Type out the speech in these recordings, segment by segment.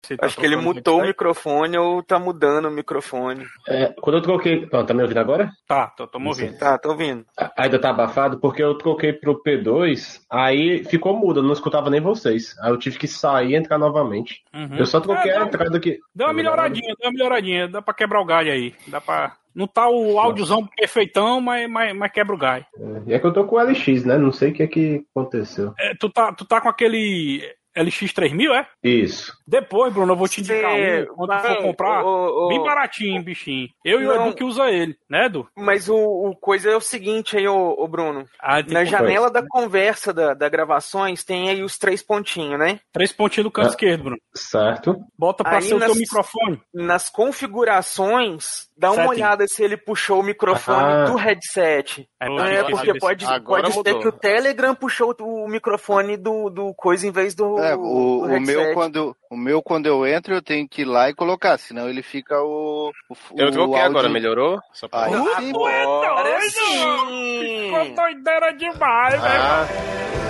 Você tá Acho que ele trocando mutou o headset? microfone ou tá mudando o microfone. Quando eu troquei. Tá me ouvindo agora? Tá, tô ouvindo. Tá, tô ouvindo. Ainda tá abafado, porque eu troquei pro P2, aí ficou mudo, eu não escutava nem vocês. Aí eu tive que sair e entrar novamente. Uhum. Eu só troquei a entrada aqui. Deu uma melhoradinha. Dá pra quebrar o galho aí. Dá pra... Não tá o áudiozão perfeitão, mas quebra o galho. E é que eu tô com o LX, né? Não sei o que é que aconteceu. Tu tá com aquele LX3000, é? Isso. Depois, Bruno, eu vou te indicar quando tu for comprar. Bem baratinho, bichinho. Eu e o Edu que usa ele, né, Edu? Mas o coisa é o seguinte aí, ô Bruno. Na janela da conversa da gravações tem aí os 3 pontinhos, né? 3 pontinhos do canto esquerdo, Bruno. Certo. Bota pra ser o teu microfone. Nas configurações, dá uma olhada se ele puxou o microfone do headset. Porque pode ser que o Telegram puxou o microfone do coisa em vez do headset. O meu, quando eu entro, eu tenho que ir lá e colocar, senão ele fica o eu troquei áudio... agora, melhorou? Sim. Ficou doideira demais, velho.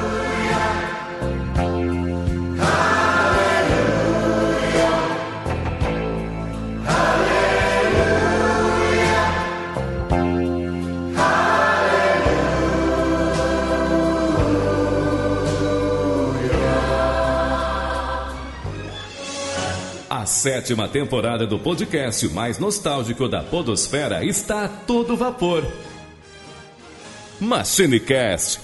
A 7ª temporada do podcast mais nostálgico da podosfera está a todo vapor. MachineCast.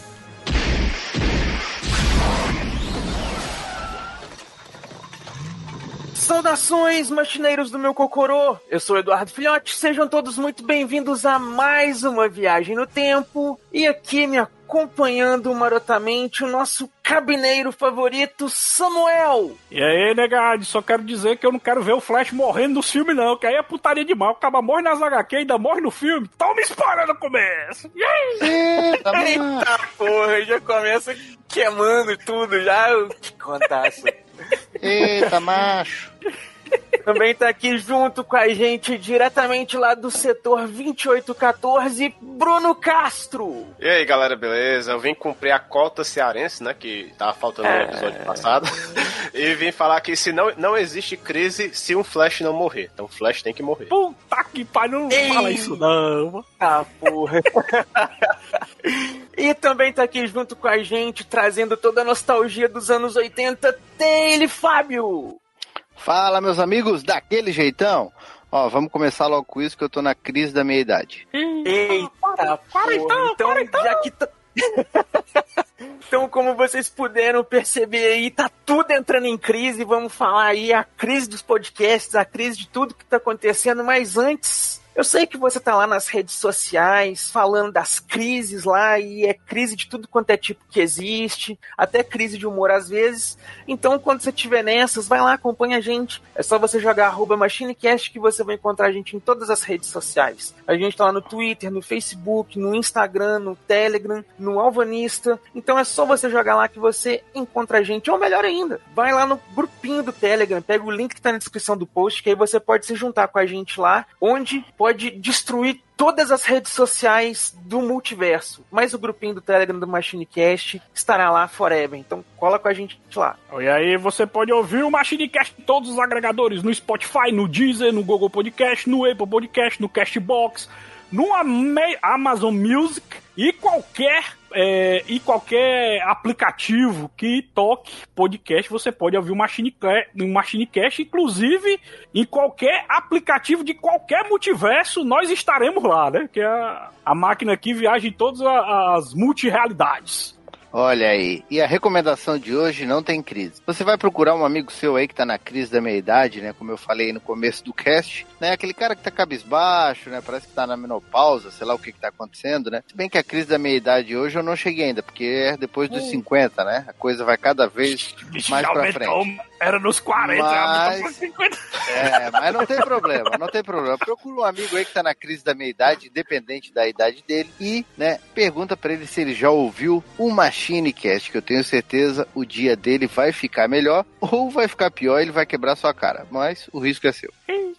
Saudações, machineiros do meu cocorô! Eu sou Eduardo Filhote, sejam todos muito bem-vindos a mais uma viagem no tempo. E aqui me acompanhando marotamente o nosso cabineiro favorito, Samuel! E aí, negado, só quero dizer que eu não quero ver o Flash morrendo no filme não, que aí é putaria de mal, acaba morre nas HQ e ainda morre no filme. Toma spoiler no começo! Eita porra, já começa queimando tudo, já que contaço. Eita, macho! Também tá aqui junto com a gente, diretamente lá do setor 2814, Bruno Castro. E aí, galera, beleza? Eu vim cumprir a cota cearense, né, que tava faltando no episódio passado. E vim falar que se não existe crise se um Flash não morrer. Então o Flash tem que morrer. Puta que pariu, não fala isso não. Ah, porra. E também tá aqui junto com a gente, trazendo toda a nostalgia dos anos 80, tem ele, Fábio. Fala, meus amigos, daquele jeitão. Ó, vamos começar logo com isso, que eu tô na crise da meia-idade. Eita, para então. Já que Então, como vocês puderam perceber aí, tá tudo entrando em crise. Vamos falar aí a crise dos podcasts, a crise de tudo que tá acontecendo. Mas antes, eu sei que você tá lá nas redes sociais falando das crises lá, e é crise de tudo quanto é tipo que existe, até crise de humor às vezes. Então, quando você estiver nessas, vai lá, acompanha a gente. É só você jogar @MachineCast que você vai encontrar a gente em todas as redes sociais. A gente tá lá no Twitter, no Facebook, no Instagram, no Telegram, no Alvanista. Então é só você jogar lá que você encontra a gente. Ou melhor ainda, vai lá no grupinho do Telegram, pega o link que tá na descrição do post, que aí você pode se juntar com a gente lá, onde pode destruir todas as redes sociais do multiverso. Mas o grupinho do Telegram do MachineCast estará lá forever. Então cola com a gente lá. E aí você pode ouvir o MachineCast em todos os agregadores, no Spotify, no Deezer, no Google Podcast, no Apple Podcast, no Castbox, no Amazon Music e qualquer aplicativo que toque podcast, você pode ouvir o MachineCast, inclusive em qualquer aplicativo de qualquer multiverso, nós estaremos lá, né? Que a máquina aqui viaja em todas as multirealidades. Olha aí, e a recomendação de hoje não tem crise. Você vai procurar um amigo seu aí que tá na crise da meia-idade, né? Como eu falei no começo do cast, né? Aquele cara que tá cabisbaixo, né? Parece que tá na menopausa, sei lá o que tá acontecendo, né? Se bem que a crise da meia-idade hoje eu não cheguei ainda, porque é depois dos 50, né? A coisa vai cada vez mais pra frente. Era nos 40, mas... nos 50. Mas não tem problema, não tem problema. Procura um amigo aí que tá na crise da meia-idade, independente da idade dele, e, né, pergunta pra ele se ele já ouviu o MachineCast, que eu tenho certeza o dia dele vai ficar melhor, ou vai ficar pior, ele vai quebrar sua cara. Mas o risco é seu.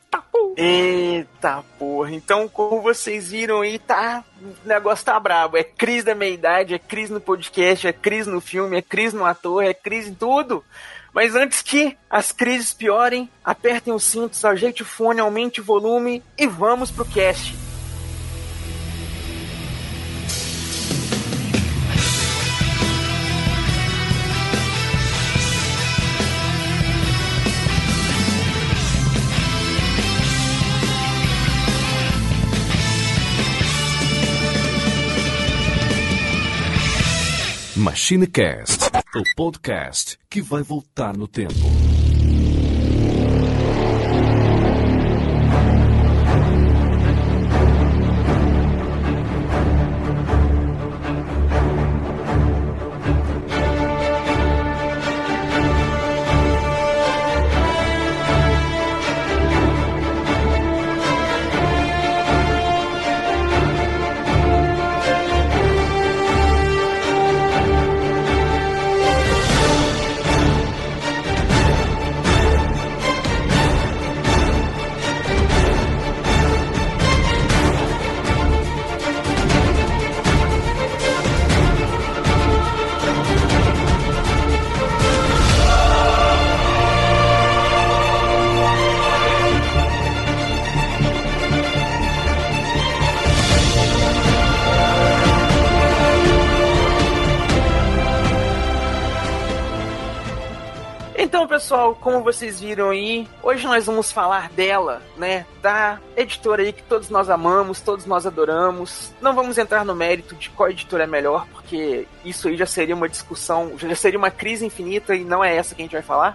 Eita porra, então como vocês viram aí, o negócio tá brabo, é crise da meia-idade, é crise no podcast, é crise no filme, é crise no ator, é crise em tudo. Mas antes que as crises piorem, apertem os cintos, ajeite o fone, aumente o volume e vamos pro cast. MachineCast, o podcast que vai voltar no tempo. Pessoal, como vocês viram aí, hoje nós vamos falar dela, né, da editora aí que todos nós amamos, todos nós adoramos. Não vamos entrar no mérito de qual editora é melhor, porque isso aí já seria uma discussão, já seria uma crise infinita e não é essa que a gente vai falar.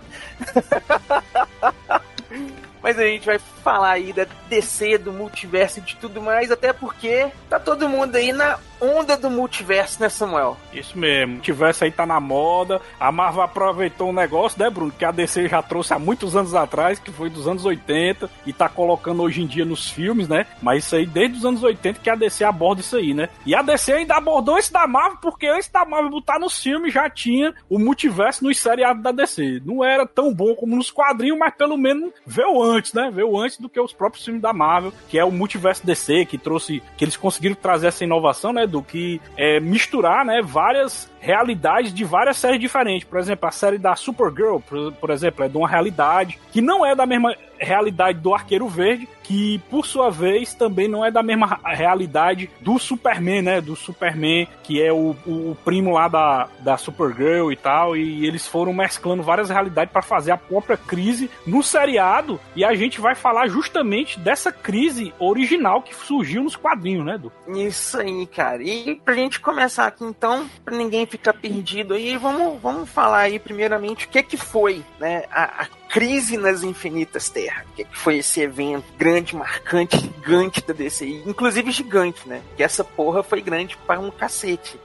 Mas a gente vai falar aí da DC, do multiverso e de tudo mais, até porque tá todo mundo aí na onda do multiverso, né, Samuel? Isso mesmo, o multiverso aí tá na moda. A Marvel aproveitou um negócio, né, Bruno, que a DC já trouxe há muitos anos atrás, que foi dos anos 80, e tá colocando hoje em dia nos filmes, né? Mas isso aí desde os anos 80 que a DC aborda isso aí, né? E a DC ainda abordou esse da Marvel, porque esse da Marvel botar nos filmes já tinha o multiverso nos seriados da DC. Não era tão bom como nos quadrinhos, mas pelo menos veio antes, né? Veio antes do que os próprios filmes da Marvel, que é o multiverso DC, que eles conseguiram trazer essa inovação, né? Do que misturar, né? Várias realidades de várias séries diferentes. Por exemplo, a série da Supergirl, por exemplo, é de uma realidade que não é da mesma realidade do Arqueiro Verde, que por sua vez também não é da mesma realidade do Superman, né? Do Superman, que é o primo lá da Supergirl e tal, e eles foram mesclando várias realidades para fazer a própria crise no seriado, e a gente vai falar justamente dessa crise original que surgiu nos quadrinhos, né, Du? Isso aí, cara. E pra gente começar aqui então, pra ninguém ficar perdido aí, vamos falar aí primeiramente o que foi, né, a crise nas Infinitas Terras. O que foi esse evento grande, marcante, gigante da DC? Inclusive gigante, né? Que essa porra foi grande para um cacete.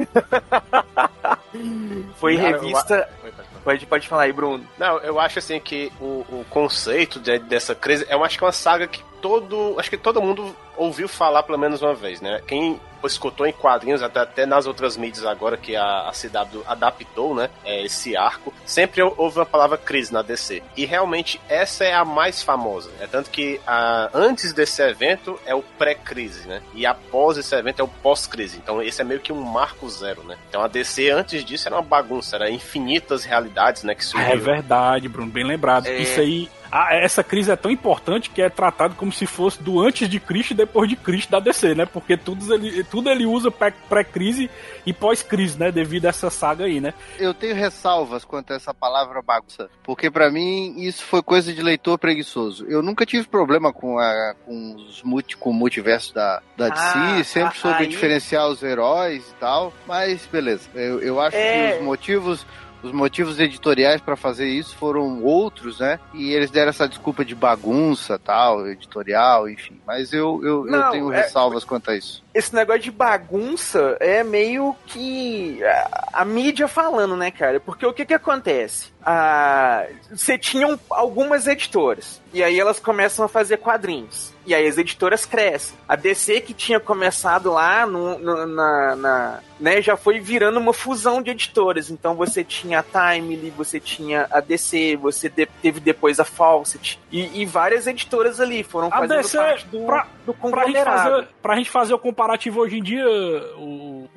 Foi revista... Pode falar aí, Bruno. Não, eu acho assim que o conceito dessa crise, eu acho que é uma saga que acho que todo mundo ouviu falar pelo menos uma vez, né? Quem escutou em quadrinhos, até nas outras mídias agora que a CW adaptou, né? Esse arco, sempre houve a palavra crise na DC. E realmente essa é a mais famosa. É tanto que antes desse evento é o pré-crise, né? E após esse evento é o pós-crise. Então esse é meio que um marco zero, né? Então a DC antes disso era uma bagunça, era infinitas realidades, né? Que surgiram. É verdade, Bruno, bem lembrado. Isso aí. Essa crise é tão importante que é tratado como se fosse do antes de Cristo e depois de Cristo da DC, né? Porque tudo ele usa pré-crise e pós-crise, né? Devido a essa saga aí, né? Eu tenho ressalvas quanto a essa palavra bagunça, porque pra mim isso foi coisa de leitor preguiçoso. Eu nunca tive problema com o multiverso da DC, sempre soube diferenciar os heróis e tal, mas beleza. Eu acho que os motivos editoriais para fazer isso foram outros, né? E eles deram essa desculpa de bagunça, tal, editorial, enfim. Mas eu tenho ressalvas quanto a isso. Esse negócio de bagunça é meio que a mídia falando, né, cara? Porque o que acontece? Você tinha algumas editoras, e aí elas começam a fazer quadrinhos. E aí as editoras crescem. A DC, que tinha começado lá né, já foi virando uma fusão de editoras. Então você tinha a Timely, você tinha a DC, você teve depois a Fawcett, e várias editoras ali foram fazendo DC, parte do conglomerado. Pra gente fazer o comparativo hoje em dia,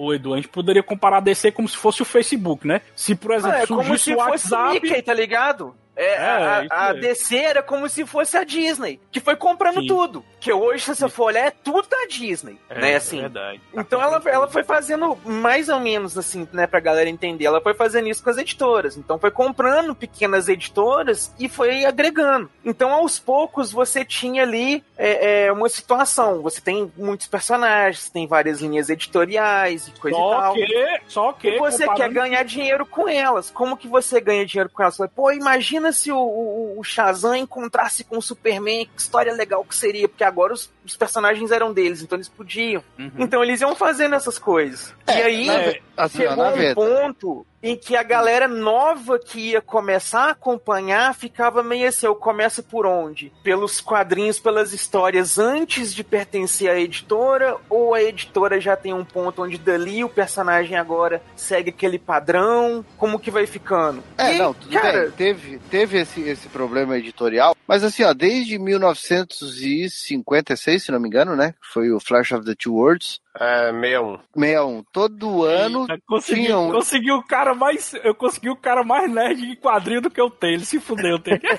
Ô, Edu, a gente poderia comparar a DC como se fosse o Facebook, né? Se, por exemplo, surgisse o WhatsApp... Mickey, tá ligado? A DC era como se fosse a Disney, que foi comprando tudo. Que hoje, se você for olhar, é tudo da Disney, né, assim. Verdade. Então ela foi fazendo mais ou menos, assim, né, pra galera entender, ela foi fazendo isso com as editoras. Então foi comprando pequenas editoras e foi agregando. Então, aos poucos, você tinha ali uma situação. Você tem muitos personagens, tem várias linhas editoriais e coisa e tal. Só que... E você quer ganhar dinheiro com elas. Como que você ganha dinheiro com elas? Pô, imagina se o Shazam encontrasse com o Superman, que história legal que seria, porque agora os personagens eram deles, então eles podiam. Então eles iam fazendo essas coisas. E aí, chegou um ponto em que a galera nova que ia começar a acompanhar ficava meio assim, eu começo por onde? Pelos quadrinhos, pelas histórias antes de pertencer à editora, ou a editora já tem um ponto onde dali o personagem agora segue aquele padrão? Como que vai ficando? Tudo bem, teve esse problema editorial, mas assim, ó, desde 1956, se não me engano, né, foi o Flash of the Two Worlds, 61. Todo ano eu consegui o cara mais nerd de quadrinho do que eu tenho. Ele se fudeu.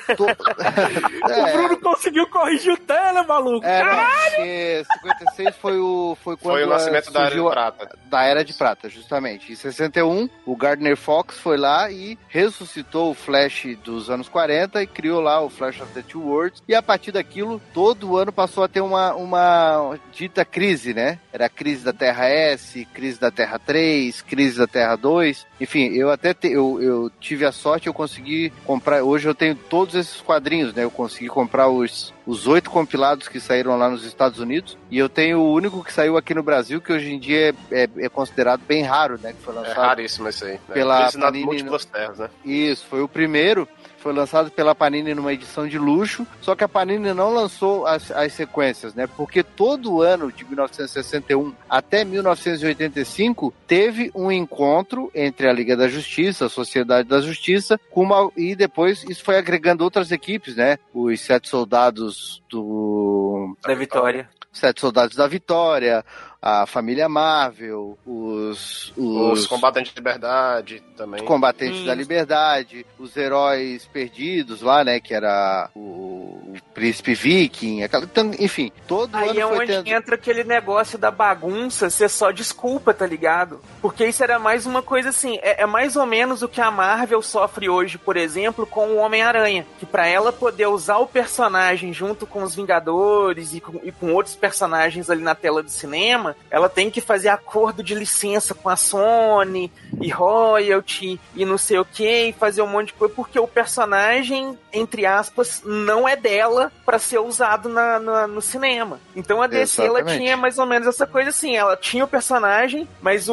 O Bruno conseguiu corrigir o tele, maluco. Caralho! 56 foi quando foi o nascimento da Era de Prata. Da Era de Prata, justamente. Em 61, o Gardner Fox foi lá e ressuscitou o Flash dos anos 40 e criou lá o Flash of the Two Worlds. E a partir daquilo, todo ano passou a ter uma dita crise, né? Era a crise da Terra S, crise da Terra 3, crise da Terra 2. Enfim, eu até eu tive a sorte, eu consegui comprar. Hoje eu tenho todos esses quadrinhos, né? Eu consegui comprar os 8 compilados que saíram lá nos Estados Unidos. E eu tenho o único que saiu aqui no Brasil, que hoje em dia é considerado bem raro, né? Que foi lançado raríssimo esse aí. Né? Pela Panini, múltiplas terras, né? Isso, foi o primeiro. Foi lançado pela Panini numa edição de luxo, só que a Panini não lançou as sequências, né? Porque todo ano de 1961 até 1985 teve um encontro entre a Liga da Justiça, a Sociedade da Justiça, e depois isso foi agregando outras equipes, né? Os 7 soldados da Vitória. 7 soldados da Vitória, a família Marvel, os combatentes de liberdade também. Os combatentes da liberdade, os heróis perdidos lá, né? Que era o príncipe viking, então, enfim, todo aí ano foi onde entra aquele negócio da bagunça, ser só desculpa, tá ligado? Porque isso era mais uma coisa assim, é mais ou menos o que a Marvel sofre hoje, por exemplo, com o Homem-Aranha, que pra ela poder usar o personagem junto com os Vingadores e com outros personagens ali na tela do cinema, ela tem que fazer acordo de licença com a Sony e royalty e não sei o que, e fazer um monte de coisa, porque o personagem, entre aspas, não é dela pra ser usado no cinema. Então a DC, ela tinha mais ou menos essa coisa assim, ela tinha o personagem, mas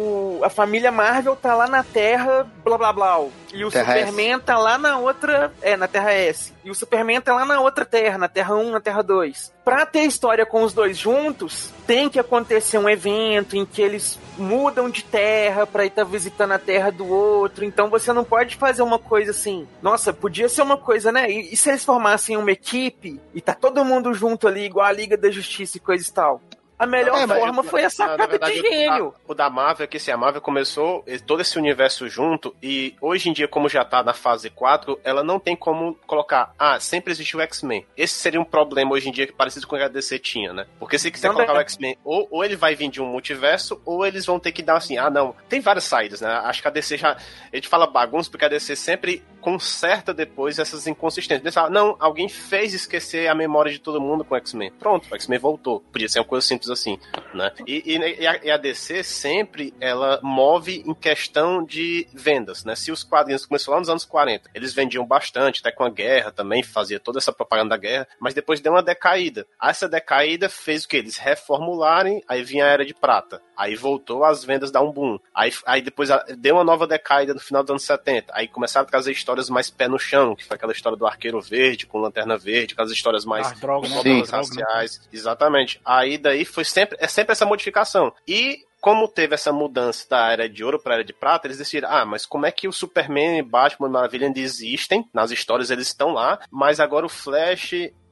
a família Marvel tá lá na Terra, blá blá blá, e o Terra Superman tá lá na outra, na Terra S, e o Superman tá lá na outra Terra, na Terra 1, na Terra 2. Pra ter história com os dois juntos, tem que acontecer um evento em que eles mudam de terra pra ir estar visitando a terra do outro, então você não pode fazer uma coisa assim, nossa, podia ser uma coisa, né, e se eles formassem uma equipe e tá todo mundo junto ali, igual a Liga da Justiça e coisa e tal? A melhor forma foi a sacada de gênio. O da Marvel é que assim, a Marvel começou todo esse universo junto e hoje em dia, como já tá na fase 4, ela não tem como colocar, sempre existiu o X-Men. Esse seria um problema hoje em dia parecido com o que a DC tinha, né? Porque se quiser colocar o X-Men, ou ele vai vir de um multiverso, ou eles vão ter que dar assim, não, tem várias saídas, né? Acho que a DC já... A gente fala bagunça porque a DC sempre conserta depois essas inconsistências. Eles falam, não, alguém fez esquecer a memória de todo mundo com o X-Men. Pronto, o X-Men voltou. Podia ser uma coisa simples assim, né? E a DC sempre, ela move em questão de vendas, né? Se os quadrinhos começaram lá nos anos 40, eles vendiam bastante, até com a guerra também, fazia toda essa propaganda da guerra, mas depois deu uma decaída. Essa decaída fez o quê? Eles reformularem, aí vinha a Era de Prata. Aí voltou as vendas dar um boom. Aí depois deu uma nova decaída no final dos anos 70. Aí começaram a trazer histórias mais pé no chão, que foi aquela história do Arqueiro Verde com Lanterna Verde, aquelas histórias mais problemas raciais. Exatamente. Aí daí foi sempre essa modificação. E como teve essa mudança da Era de Ouro para a Era de Prata, eles decidiram, mas como é que o Superman e Batman e Maravilha ainda existem? Nas histórias eles estão lá, mas agora o Flash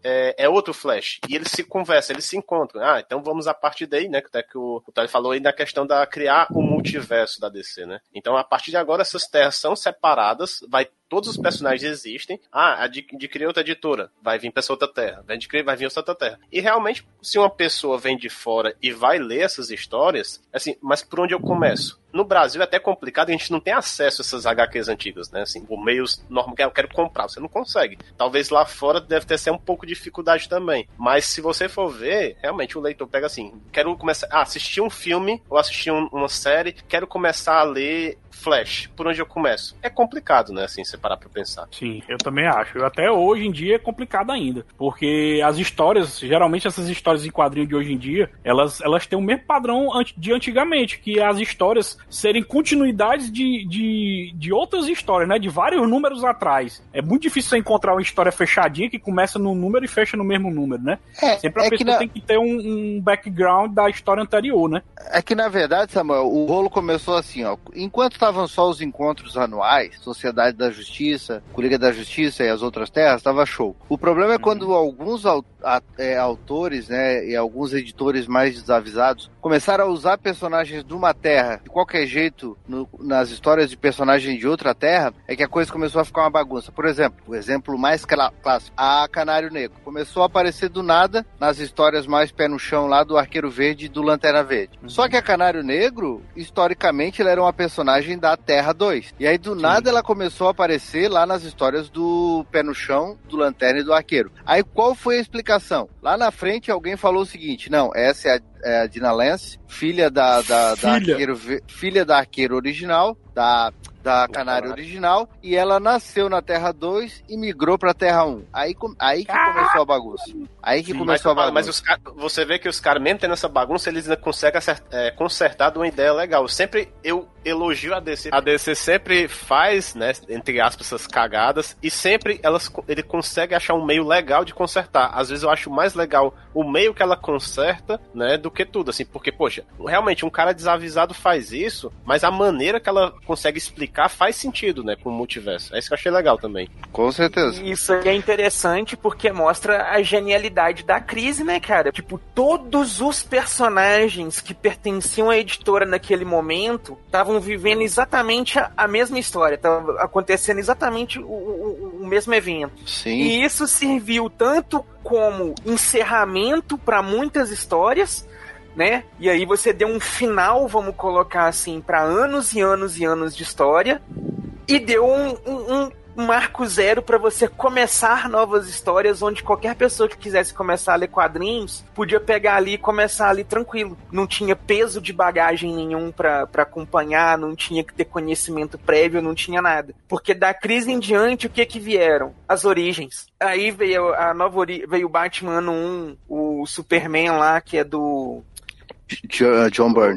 é outro Flash. E eles se conversam, eles se encontram. Então vamos a partir daí, né? Até que o Tali falou aí na questão da criar o multiverso da DC, né? Então, a partir de agora, essas terras são separadas, todos os personagens existem. Adquiriu outra editora, vai vir pra essa outra terra. Vai vir essa outra terra. E realmente, se uma pessoa vem de fora e vai ler essas histórias, assim, mas por onde eu começo? No Brasil é até complicado, a gente não tem acesso a essas HQs antigas, né? Assim, por meios normais, eu quero comprar, você não consegue. Talvez lá fora deve ter um pouco de dificuldade também. Mas se você for ver, realmente o leitor pega assim, quero começar a assistir um filme ou assistir uma série, quero começar a ler Flash. Por onde eu começo? É complicado, né? Assim, você parar pra pensar. Sim, eu também acho. Até hoje em dia é complicado ainda. Porque as histórias, geralmente essas histórias em quadrinho de hoje em dia, elas têm o mesmo padrão de antigamente, que as histórias serem continuidades de outras histórias, né? De vários números atrás. É muito difícil você encontrar uma história fechadinha que começa num número e fecha no mesmo número, né? Sempre a pessoa tem que ter um background da história anterior, né? É que, na verdade, Samuel, o rolo começou assim, ó. Enquanto estavam só os encontros anuais, Sociedade da Justiça, Liga da Justiça e as outras terras, tava show. O problema é quando alguns autores, né, e alguns editores mais desavisados começaram a usar personagens de uma terra de qualquer jeito nas histórias de personagens de outra terra, é que a coisa começou a ficar uma bagunça. Por exemplo, o exemplo mais clássico, a Canário Negro. Começou a aparecer do nada nas histórias mais pé no chão lá do Arqueiro Verde e do Lanterna Verde. Só que a Canário Negro, historicamente, ela era uma personagem da Terra 2. E aí, do nada, ela começou a aparecer lá nas histórias do Pé no Chão, do Lanterna e do Arqueiro. Aí, qual foi a explicação? Lá na frente, alguém falou o seguinte, não, essa é a Dina Lance, filha da Arqueiro original, da Canário original, e ela nasceu na Terra 2 e migrou pra Terra 1. Aí que começou a bagunça. Mas você vê que os caras, mesmo tendo essa bagunça, eles ainda conseguem consertar de uma ideia legal. Eu elogio a DC. A DC sempre faz, né, entre aspas, essas cagadas, e sempre ele consegue achar um meio legal de consertar. Às vezes eu acho mais legal o meio que ela conserta, né, do que tudo, assim, porque, poxa, realmente um cara desavisado faz isso, mas a maneira que ela consegue explicar faz sentido, né, com o multiverso. É isso que eu achei legal também. Com certeza. Isso aí é interessante porque mostra a genialidade da crise, né, cara? Tipo, todos os personagens que pertenciam à editora naquele momento estavam vivendo exatamente a mesma história, tava acontecendo exatamente o mesmo evento. Sim. E isso serviu tanto como encerramento para muitas histórias, né? E aí você deu um final, vamos colocar assim, para anos e anos e anos de história, e deu um marco zero para você começar novas histórias, onde qualquer pessoa que quisesse começar a ler quadrinhos podia pegar ali e começar ali tranquilo. Não tinha peso de bagagem nenhum para acompanhar, não tinha que ter conhecimento prévio, não tinha nada. Porque da crise em diante, o que vieram? As origens. Aí veio veio o Batman ano 1, o Superman lá, que é do John Byrne.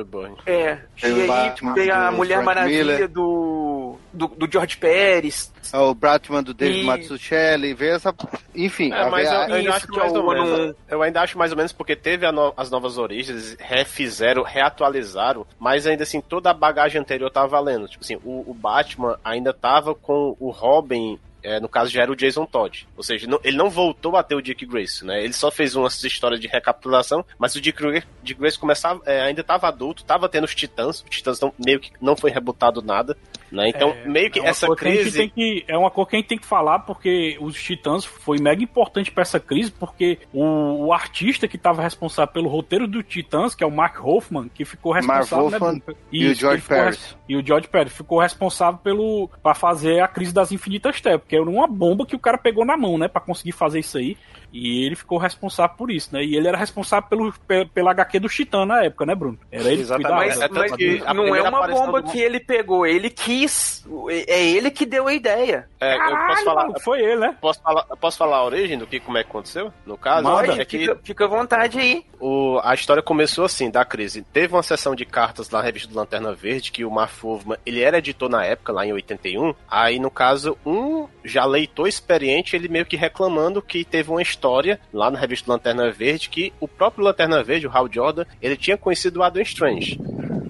E aí veio a Mulher Frank Maravilha Miller. do George Pérez. O Batman do David Mazzucchelli, veio essa... Enfim. Mas eu ainda isso acho que mais é o ou menos. ano- Eu ainda acho mais ou menos porque teve as novas origens, refizeram, reatualizaram, mas ainda assim toda a bagagem anterior tava valendo. Tipo assim, o Batman ainda tava com o Robin. No caso já era o Jason Todd, ou seja, ele não voltou a ter o Dick Grayson, né? Ele só fez umas histórias de recapitulação, mas o Dick Grayson começava, ainda estava adulto, estava tendo os Titãs meio que não foi rebutado nada, né? Então meio que essa crise é uma coisa que a gente tem que falar, porque os Titãs foi mega importante para essa crise, porque o artista que estava responsável pelo roteiro do Titãs, que é o Mark Hoffman, que ficou responsável, Mark Hoffman, né? e o George Pérez. E o George Pérez ficou responsável para fazer a Crise das Infinitas Terras, porque era uma bomba que o cara pegou na mão, né, para conseguir fazer isso aí. E ele ficou responsável por isso, né? E ele era responsável pela HQ do Titã na época, né, Bruno? Era ele que cuidava. Mas não é uma bomba que ele pegou, ele quis. É ele que deu a ideia. Caralho, eu posso falar, foi ele, né? Posso falar a origem como é que aconteceu? No caso, Fica à vontade aí. A história começou assim, da crise. Teve uma sessão de cartas na revista do Lanterna Verde, que o Mark Hoffman, ele era editor na época, lá em 81. Aí, no caso, já leitor experiente, ele meio que reclamando que teve uma história lá na revista do Lanterna Verde, que o próprio Lanterna Verde, o Hal Jordan, ele tinha conhecido o Adam Strange.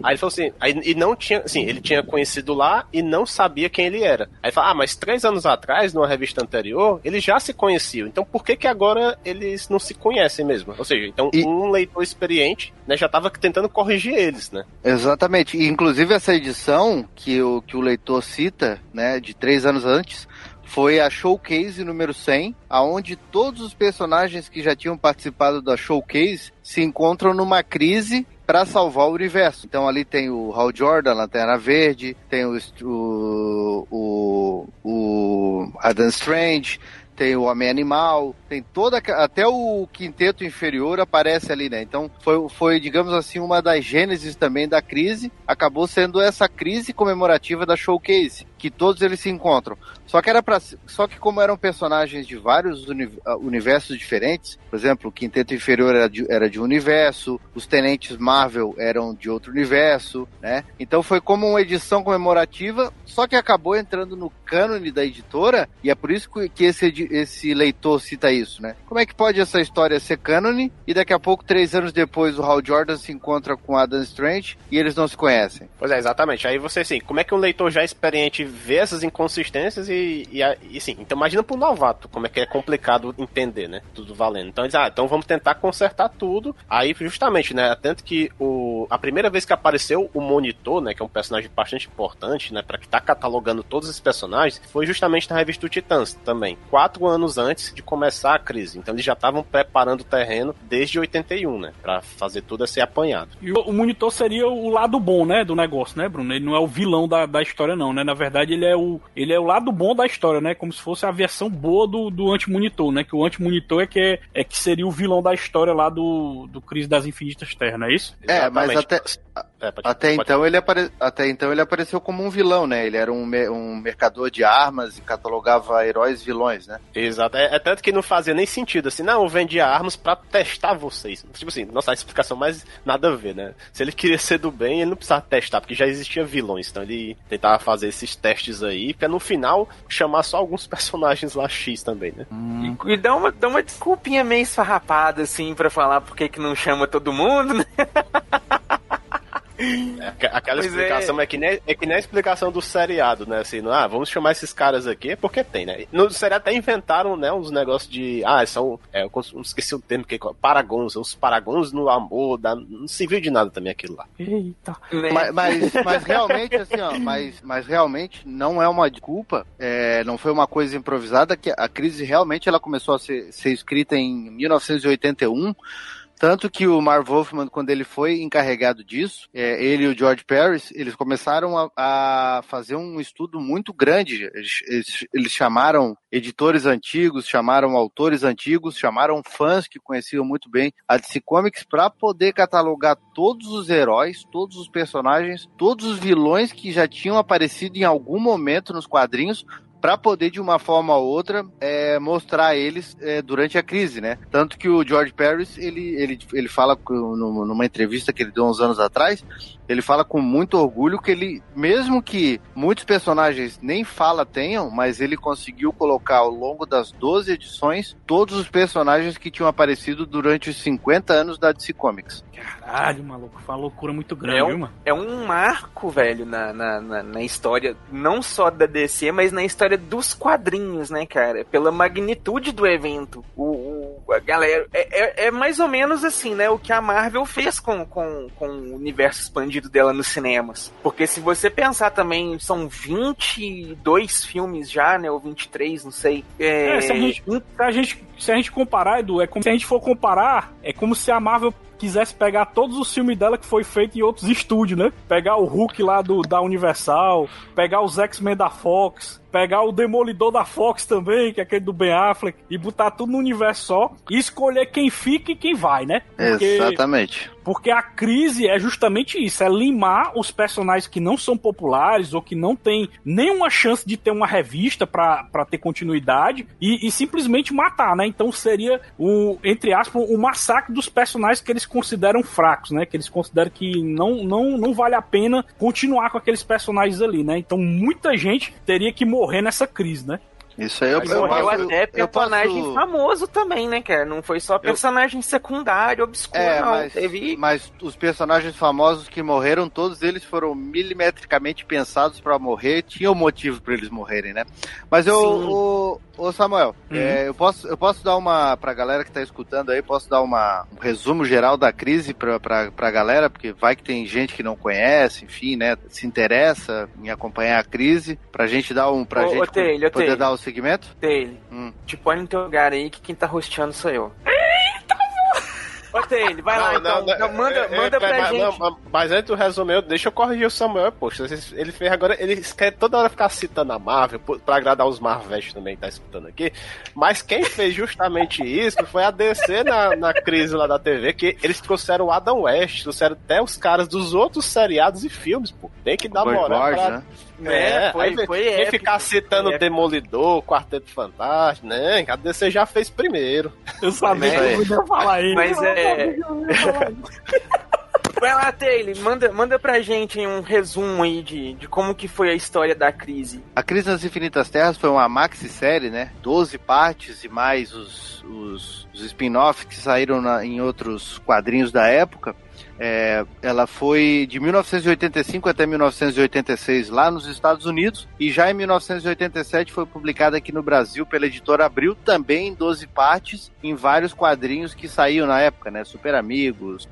Aí ele falou assim, e não tinha, assim, ele tinha conhecido lá e não sabia quem ele era. Aí ele falou, mas 3 anos atrás, numa revista anterior, eles já se conheciam. Então por que agora eles não se conhecem mesmo? Ou seja, então um leitor experiente, né, já estava tentando corrigir eles, né? Exatamente. E, inclusive, essa edição que o leitor cita, né, de 3 anos antes, foi a Showcase número 100, aonde todos os personagens que já tinham participado da Showcase se encontram numa crise para salvar o universo. Então ali tem o Hal Jordan, Lanterna Verde, tem o Adam Strange, tem o Homem-Animal, tem até o quinteto inferior aparece ali, né? Então foi, digamos assim, uma das gênesis também da crise, acabou sendo essa crise comemorativa da Showcase, que todos eles se encontram. Só que como eram personagens de vários universos diferentes, por exemplo, o quinteto inferior era de um universo, os tenentes Marvel eram de outro universo, né? Então foi como uma edição comemorativa, só que acabou entrando no cânone da editora, e é por isso que esse leitor cita isso, né? Como é que pode essa história ser cânone e daqui a pouco, 3 anos depois, o Hal Jordan se encontra com Adam Strange e eles não se conhecem? Pois é, exatamente. Aí você, assim, como é que um leitor já experiente vê essas inconsistências e assim, então imagina pro novato como é que é complicado entender, né? Tudo valendo. Então eles, então vamos tentar consertar tudo. Aí, justamente, né? Tanto que a primeira vez que apareceu o Monitor, né? Que é um personagem bastante importante, né? Pra que tá catalogando todos esses personagens, foi justamente na revista do Titãs também. 4 anos antes de começar a crise. Então eles já estavam preparando o terreno desde 81, né? Pra fazer tudo esse apanhado. E o Monitor seria o lado bom, né? Do negócio, né, Bruno? Ele não é o vilão da história, não, né? Na verdade, ele é o lado bom da história, né? Como se fosse a versão boa do Anti-Monitor, né? Que o Anti-Monitor é que seria o vilão da história lá do Crise das Infinitas Terras, não é isso? Mas até então ele apareceu como um vilão, né? Ele era um mercador de armas e catalogava heróis e vilões, né? Exato. É tanto que não fazia nem sentido, assim, não, eu vendia armas pra testar vocês. Tipo assim, nossa, a explicação mais nada a ver, né? Se ele queria ser do bem, ele não precisava testar, porque já existia vilões, então ele tentava fazer esses testes aí, pra no final chamar só alguns personagens lá X também, né? E dá uma desculpinha meio esfarrapada, assim, pra falar por que não chama todo mundo, né? Aquela explicação é que nem a explicação do seriado, né? Assim, vamos chamar esses caras aqui porque tem, né? No seriado até inventaram, né, uns negócios de. São. Eu esqueci o termo, que é paragons, os paragons no amor, não se viu de nada também aquilo lá. Eita. Mas realmente, assim, ó, mas realmente não é uma desculpa, não foi uma coisa improvisada, que a crise realmente ela começou a ser escrita em 1981. Tanto que o Marv Wolfman, quando ele foi encarregado disso, ele e o George Pérez, eles começaram a fazer um estudo muito grande. Eles chamaram editores antigos, chamaram autores antigos, chamaram fãs que conheciam muito bem a DC Comics para poder catalogar todos os heróis, todos os personagens, todos os vilões que já tinham aparecido em algum momento nos quadrinhos, para poder, de uma forma ou outra, mostrar eles durante a crise, né? Tanto que o George Pérez, ele fala numa entrevista que ele deu uns anos atrás, ele fala com muito orgulho que ele, mesmo que muitos personagens nem fala tenham, mas ele conseguiu colocar ao longo das 12 edições todos os personagens que tinham aparecido durante os 50 anos da DC Comics. Caralho, maluco, foi uma loucura muito grande, viu, mano? É um marco, velho, na história, não só da DC, mas na história dos quadrinhos, né, cara? Pela magnitude do evento. A galera, é mais ou menos assim, né, o que a Marvel fez com o universo expandido dela nos cinemas. Porque se você pensar também, são 22 filmes já, né, ou 23, não sei. Se a gente comparar, Edu, se a gente for comparar, é como se a Marvel quisesse pegar todos os filmes dela que foi feito em outros estúdios, né? Pegar o Hulk lá da Universal, pegar os X-Men da Fox, pegar o Demolidor da Fox também, que é aquele do Ben Affleck, e botar tudo no universo só, e escolher quem fica e quem vai, né? Exatamente. Porque a crise é justamente isso, é limar os personagens que não são populares ou que não tem nenhuma chance de ter uma revista pra ter continuidade e simplesmente matar, né? Então seria, entre aspas, o massacre dos personagens que eles consideram fracos, né? Que eles consideram que não vale a pena continuar com aqueles personagens ali, né? Então muita gente teria que morrer nessa crise, né? Isso aí morreu até personagem famoso também, né, cara? Não foi só personagem secundário, obscuro, não. Mas os personagens famosos que morreram, todos eles foram milimetricamente pensados pra morrer, tinham motivo pra eles morrerem, né? Mas ô Samuel, eu posso dar pra galera que tá escutando aí, posso dar um resumo geral da crise pra galera, porque vai que tem gente que não conhece, enfim, né, se interessa em acompanhar a crise, pra gente dar poder dar o segmento? Taylor, te põe no teu lugar aí que quem tá rosteando sou eu. Ô, Taylor, vai lá então. Manda pra gente. Mas antes do resumo, deixa eu corrigir o Samuel, poxa. Ele fez agora, eles querem toda hora ficar citando a Marvel, pra agradar os Marvete também que tá escutando aqui. Mas quem fez justamente isso foi a DC na crise lá da TV, que eles trouxeram o Adam West, trouxeram até os caras dos outros seriados e filmes, pô. Tem que dar moral pra... né? Foi quem ficar citando o Demolidor, Quarteto Fantástico, né? A DC já fez primeiro. Eu sabia que eu podia falar isso. Mas vai lá, Taylor, manda pra gente um resumo aí de como que foi a história da crise. A Crise nas Infinitas Terras foi uma maxi-série, né? 12 partes e mais os spin-offs que saíram em outros quadrinhos da época. Ela foi de 1985 até 1986 lá nos Estados Unidos, e já em 1987 foi publicada aqui no Brasil pela editora Abril, também em 12 partes, em vários quadrinhos que saíam na época, né? Super Amigos,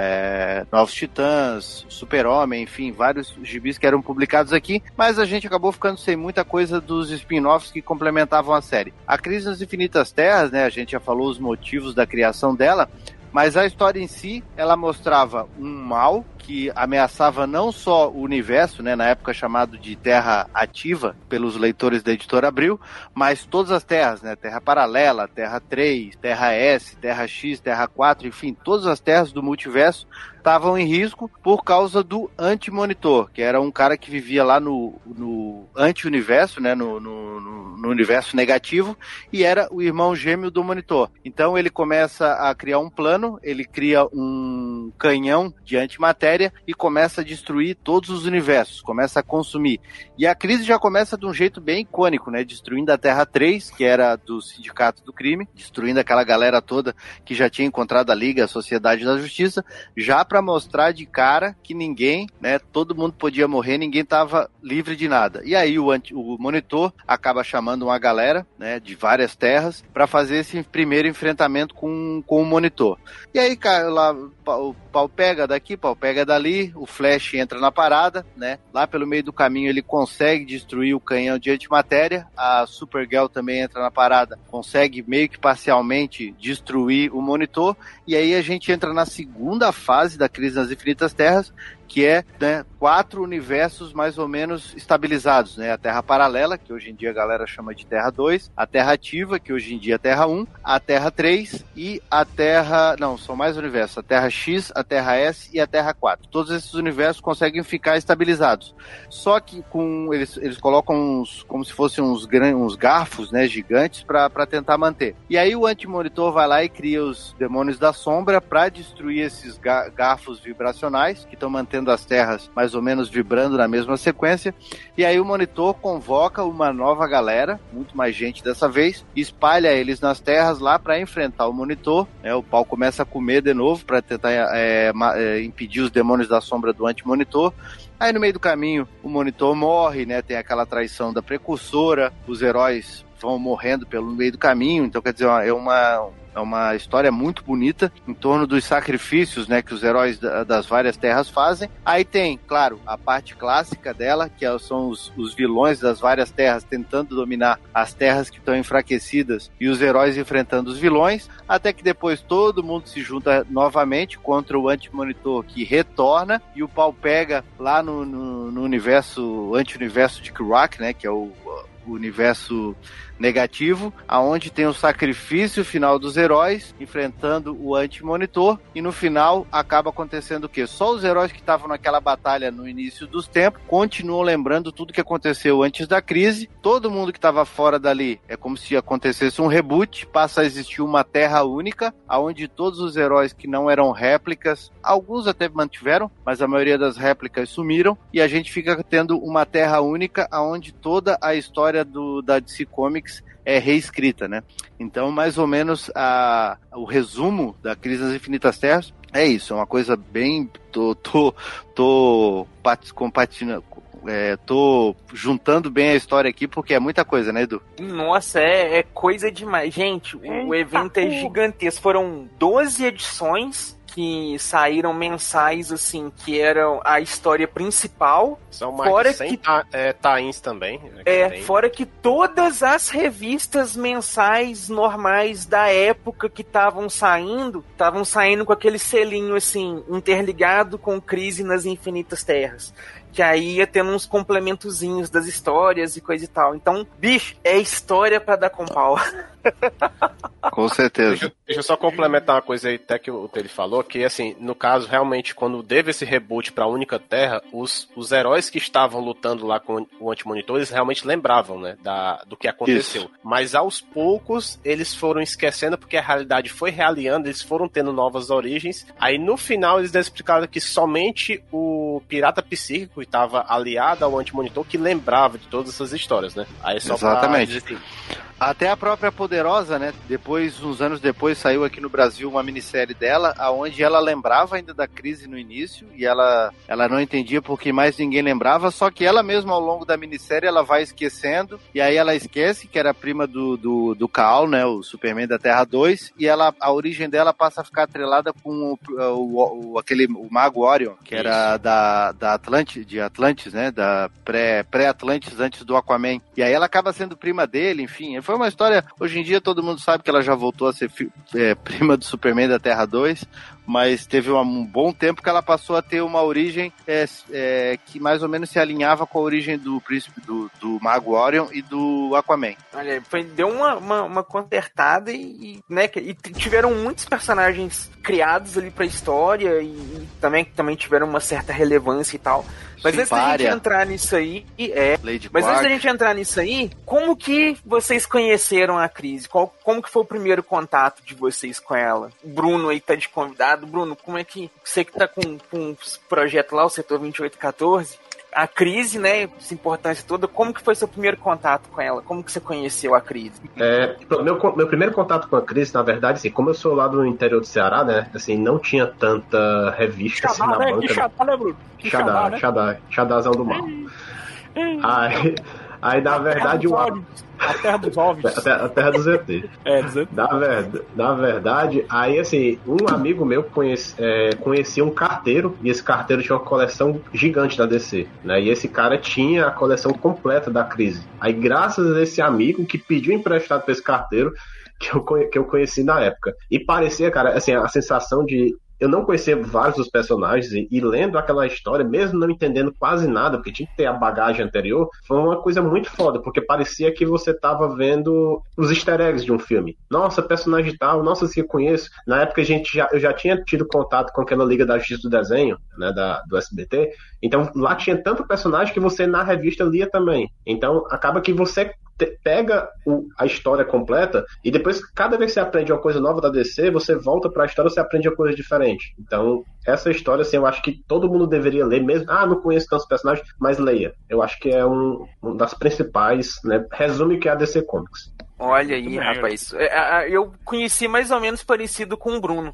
Novos Titãs, Super-Homem, enfim, vários gibis que eram publicados aqui, mas a gente acabou ficando sem muita coisa dos spin-offs que complementavam a série. A Crise nas Infinitas Terras, né? A gente já falou os motivos da criação dela, mas a história em si, ela mostrava um mal que ameaçava não só o universo, né, na época chamado de Terra Ativa, pelos leitores da editora Abril, mas todas as terras, né, Terra Paralela, Terra 3, Terra S, Terra X, Terra 4, enfim, todas as terras do multiverso estavam em risco por causa do Anti-Monitor, que era um cara que vivia lá no anti-universo, né, no universo negativo, e era o irmão gêmeo do Monitor. Então ele começa a criar um plano, ele cria um canhão de antimatéria e começa a destruir todos os universos, começa a consumir. E a crise já começa de um jeito bem icônico, né, destruindo a Terra 3, que era do Sindicato do Crime, destruindo aquela galera toda que já tinha encontrado a Liga, a Sociedade da Justiça, já para mostrar de cara que ninguém, né, todo mundo podia morrer, ninguém estava livre de nada. E aí o Monitor acaba chamando uma galera, né, de várias terras para fazer esse primeiro enfrentamento com o Monitor. E aí, cara, lá o pau pega daqui, pau pega dali, o Flash entra na parada, né? Lá pelo meio do caminho ele consegue destruir o canhão de antimatéria, a Supergirl também entra na parada, consegue meio que parcialmente destruir o Monitor, e aí a gente entra na segunda fase da Crise nas Infinitas Terras, que é, né, 4 universos mais ou menos estabilizados, né? A Terra Paralela, que hoje em dia a galera chama de Terra 2, a Terra Ativa, que hoje em dia é Terra 1, a Terra 3 e a Terra... Não, são mais universos, a Terra X, a Terra S e a Terra 4. Todos esses universos conseguem ficar estabilizados. Só que eles colocam como se fossem uns garfos, né, gigantes para tentar manter. E aí o Anti-Monitor vai lá e cria os Demônios da Sombra para destruir esses garfos vibracionais que estão mantendo as terras mais ou menos vibrando na mesma sequência, e aí o Monitor convoca uma nova galera, muito mais gente dessa vez, espalha eles nas terras lá para enfrentar o Monitor, né? O pau começa a comer de novo para tentar impedir os Demônios da Sombra do Anti-Monitor. Aí no meio do caminho o Monitor morre, né? Tem aquela traição da Precursora, os heróis vão morrendo pelo meio do caminho, então quer dizer, é uma história muito bonita em torno dos sacrifícios, né, que os heróis das várias terras fazem. Aí tem, claro, a parte clássica dela, que são os vilões das várias terras tentando dominar as terras que estão enfraquecidas e os heróis enfrentando os vilões, até que depois todo mundo se junta novamente contra o Anti-Monitor, que retorna, e o pau pega lá no universo, anti-universo de Kirak, né, que é o universo negativo, aonde tem o sacrifício final dos heróis enfrentando o Anti-Monitor, e no final acaba acontecendo o quê? Só os heróis que estavam naquela batalha no início dos tempos continuam lembrando tudo que aconteceu antes da crise. Todo mundo que estava fora dali é como se acontecesse um reboot, passa a existir uma terra única, aonde todos os heróis que não eram réplicas, alguns até mantiveram, mas a maioria das réplicas sumiram, e a gente fica tendo uma terra única, aonde toda a história história da DC Comics é reescrita, né? Então, mais ou menos, o resumo da Crise das Infinitas Terras é isso, é uma coisa bem... Tô juntando bem a história aqui, porque é muita coisa, né, Edu? Nossa, é coisa demais. Gente, o evento é gigantesco. Foram 12 edições que saíram mensais, assim, que eram a história principal. São mais fora de 100 que tains também. Fora que todas as revistas mensais normais da época que estavam saindo com aquele selinho, assim, interligado com Crise nas Infinitas Terras. Que aí ia tendo uns complementozinhos das histórias e coisa e tal. Então, bicho, é história pra dar com pau. Com certeza. Deixa eu só complementar uma coisa aí até que o Tele falou, que assim, no caso, realmente, quando teve esse reboot pra Única Terra, os heróis que estavam lutando lá com o Antimonitor, eles realmente lembravam, né, do que aconteceu. Isso. Mas aos poucos, eles foram esquecendo, porque a realidade foi realinhando, eles foram tendo novas origens. Aí no final, eles explicaram que somente o Pirata Psíquico estava aliado ao Antimonitor que lembrava de todas essas histórias, né? Aí só exatamente. Até a própria Poderosa, né? Uns anos depois, saiu aqui no Brasil uma minissérie dela, onde ela lembrava ainda da crise no início, e ela não entendia porque mais ninguém lembrava, só que ela mesma, ao longo da minissérie, ela vai esquecendo, e aí ela esquece que era prima do Kaal, né? O Superman da Terra 2, e a origem dela passa a ficar atrelada com o Mago Orion, que era da Atlantis, né? Da pré-Atlantis, antes do Aquaman. E aí ela acaba sendo prima dele, enfim. Foi uma história, hoje em dia todo mundo sabe que ela já voltou a ser prima do Superman da Terra 2, mas teve um bom tempo que ela passou a ter uma origem que mais ou menos se alinhava com a origem do príncipe do Mago Orion e do Aquaman. Olha, deu uma consertada e tiveram muitos personagens criados ali pra história e também tiveram uma certa relevância e tal. Mas antes da gente entrar nisso aí, como que vocês conheceram a Crise? Como que foi o primeiro contato de vocês com ela? O Bruno aí tá de convidado. Bruno, como é que você que tá com um projeto lá, o Setor 2814, a Crise, né, essa importância toda, como que foi seu primeiro contato com ela? Como que você conheceu a Crise? Meu primeiro contato com a Crise, na verdade, assim, como eu sou lá do interior do Ceará, né, assim, não tinha tanta revista assim na banca. Xadá, né, Bruno? Xadazão do mal. Aí, na verdade, a Terra dos Ovos. A Terra dos ET. Na verdade, aí, assim, um amigo meu conhecia um carteiro, e esse carteiro tinha uma coleção gigante da DC, né? E esse cara tinha a coleção completa da Crise. Aí, graças a esse amigo que pediu emprestado pra esse carteiro, que eu conheci na época. E parecia, cara, assim, a sensação de... Eu não conhecia vários dos personagens e lendo aquela história, mesmo não entendendo quase nada, porque tinha que ter a bagagem anterior, foi uma coisa muito foda, porque parecia que você tava vendo os easter eggs de um filme. Nossa, personagem tal, nossa, se eu conheço. Na época eu já tinha tido contato com aquela Liga da Justiça do Desenho, né, do SBT, então lá tinha tanto personagem que você na revista lia também. Então acaba que você pega a história completa e depois, cada vez que você aprende uma coisa nova da DC, você volta pra história, você aprende uma coisa diferente. Então, essa história, assim, eu acho que todo mundo deveria ler mesmo. Não conheço tantos personagens, mas leia. Eu acho que é uma das principais, né? Resume o que é a DC Comics. Olha aí, rapaz. Eu conheci mais ou menos parecido com o Bruno.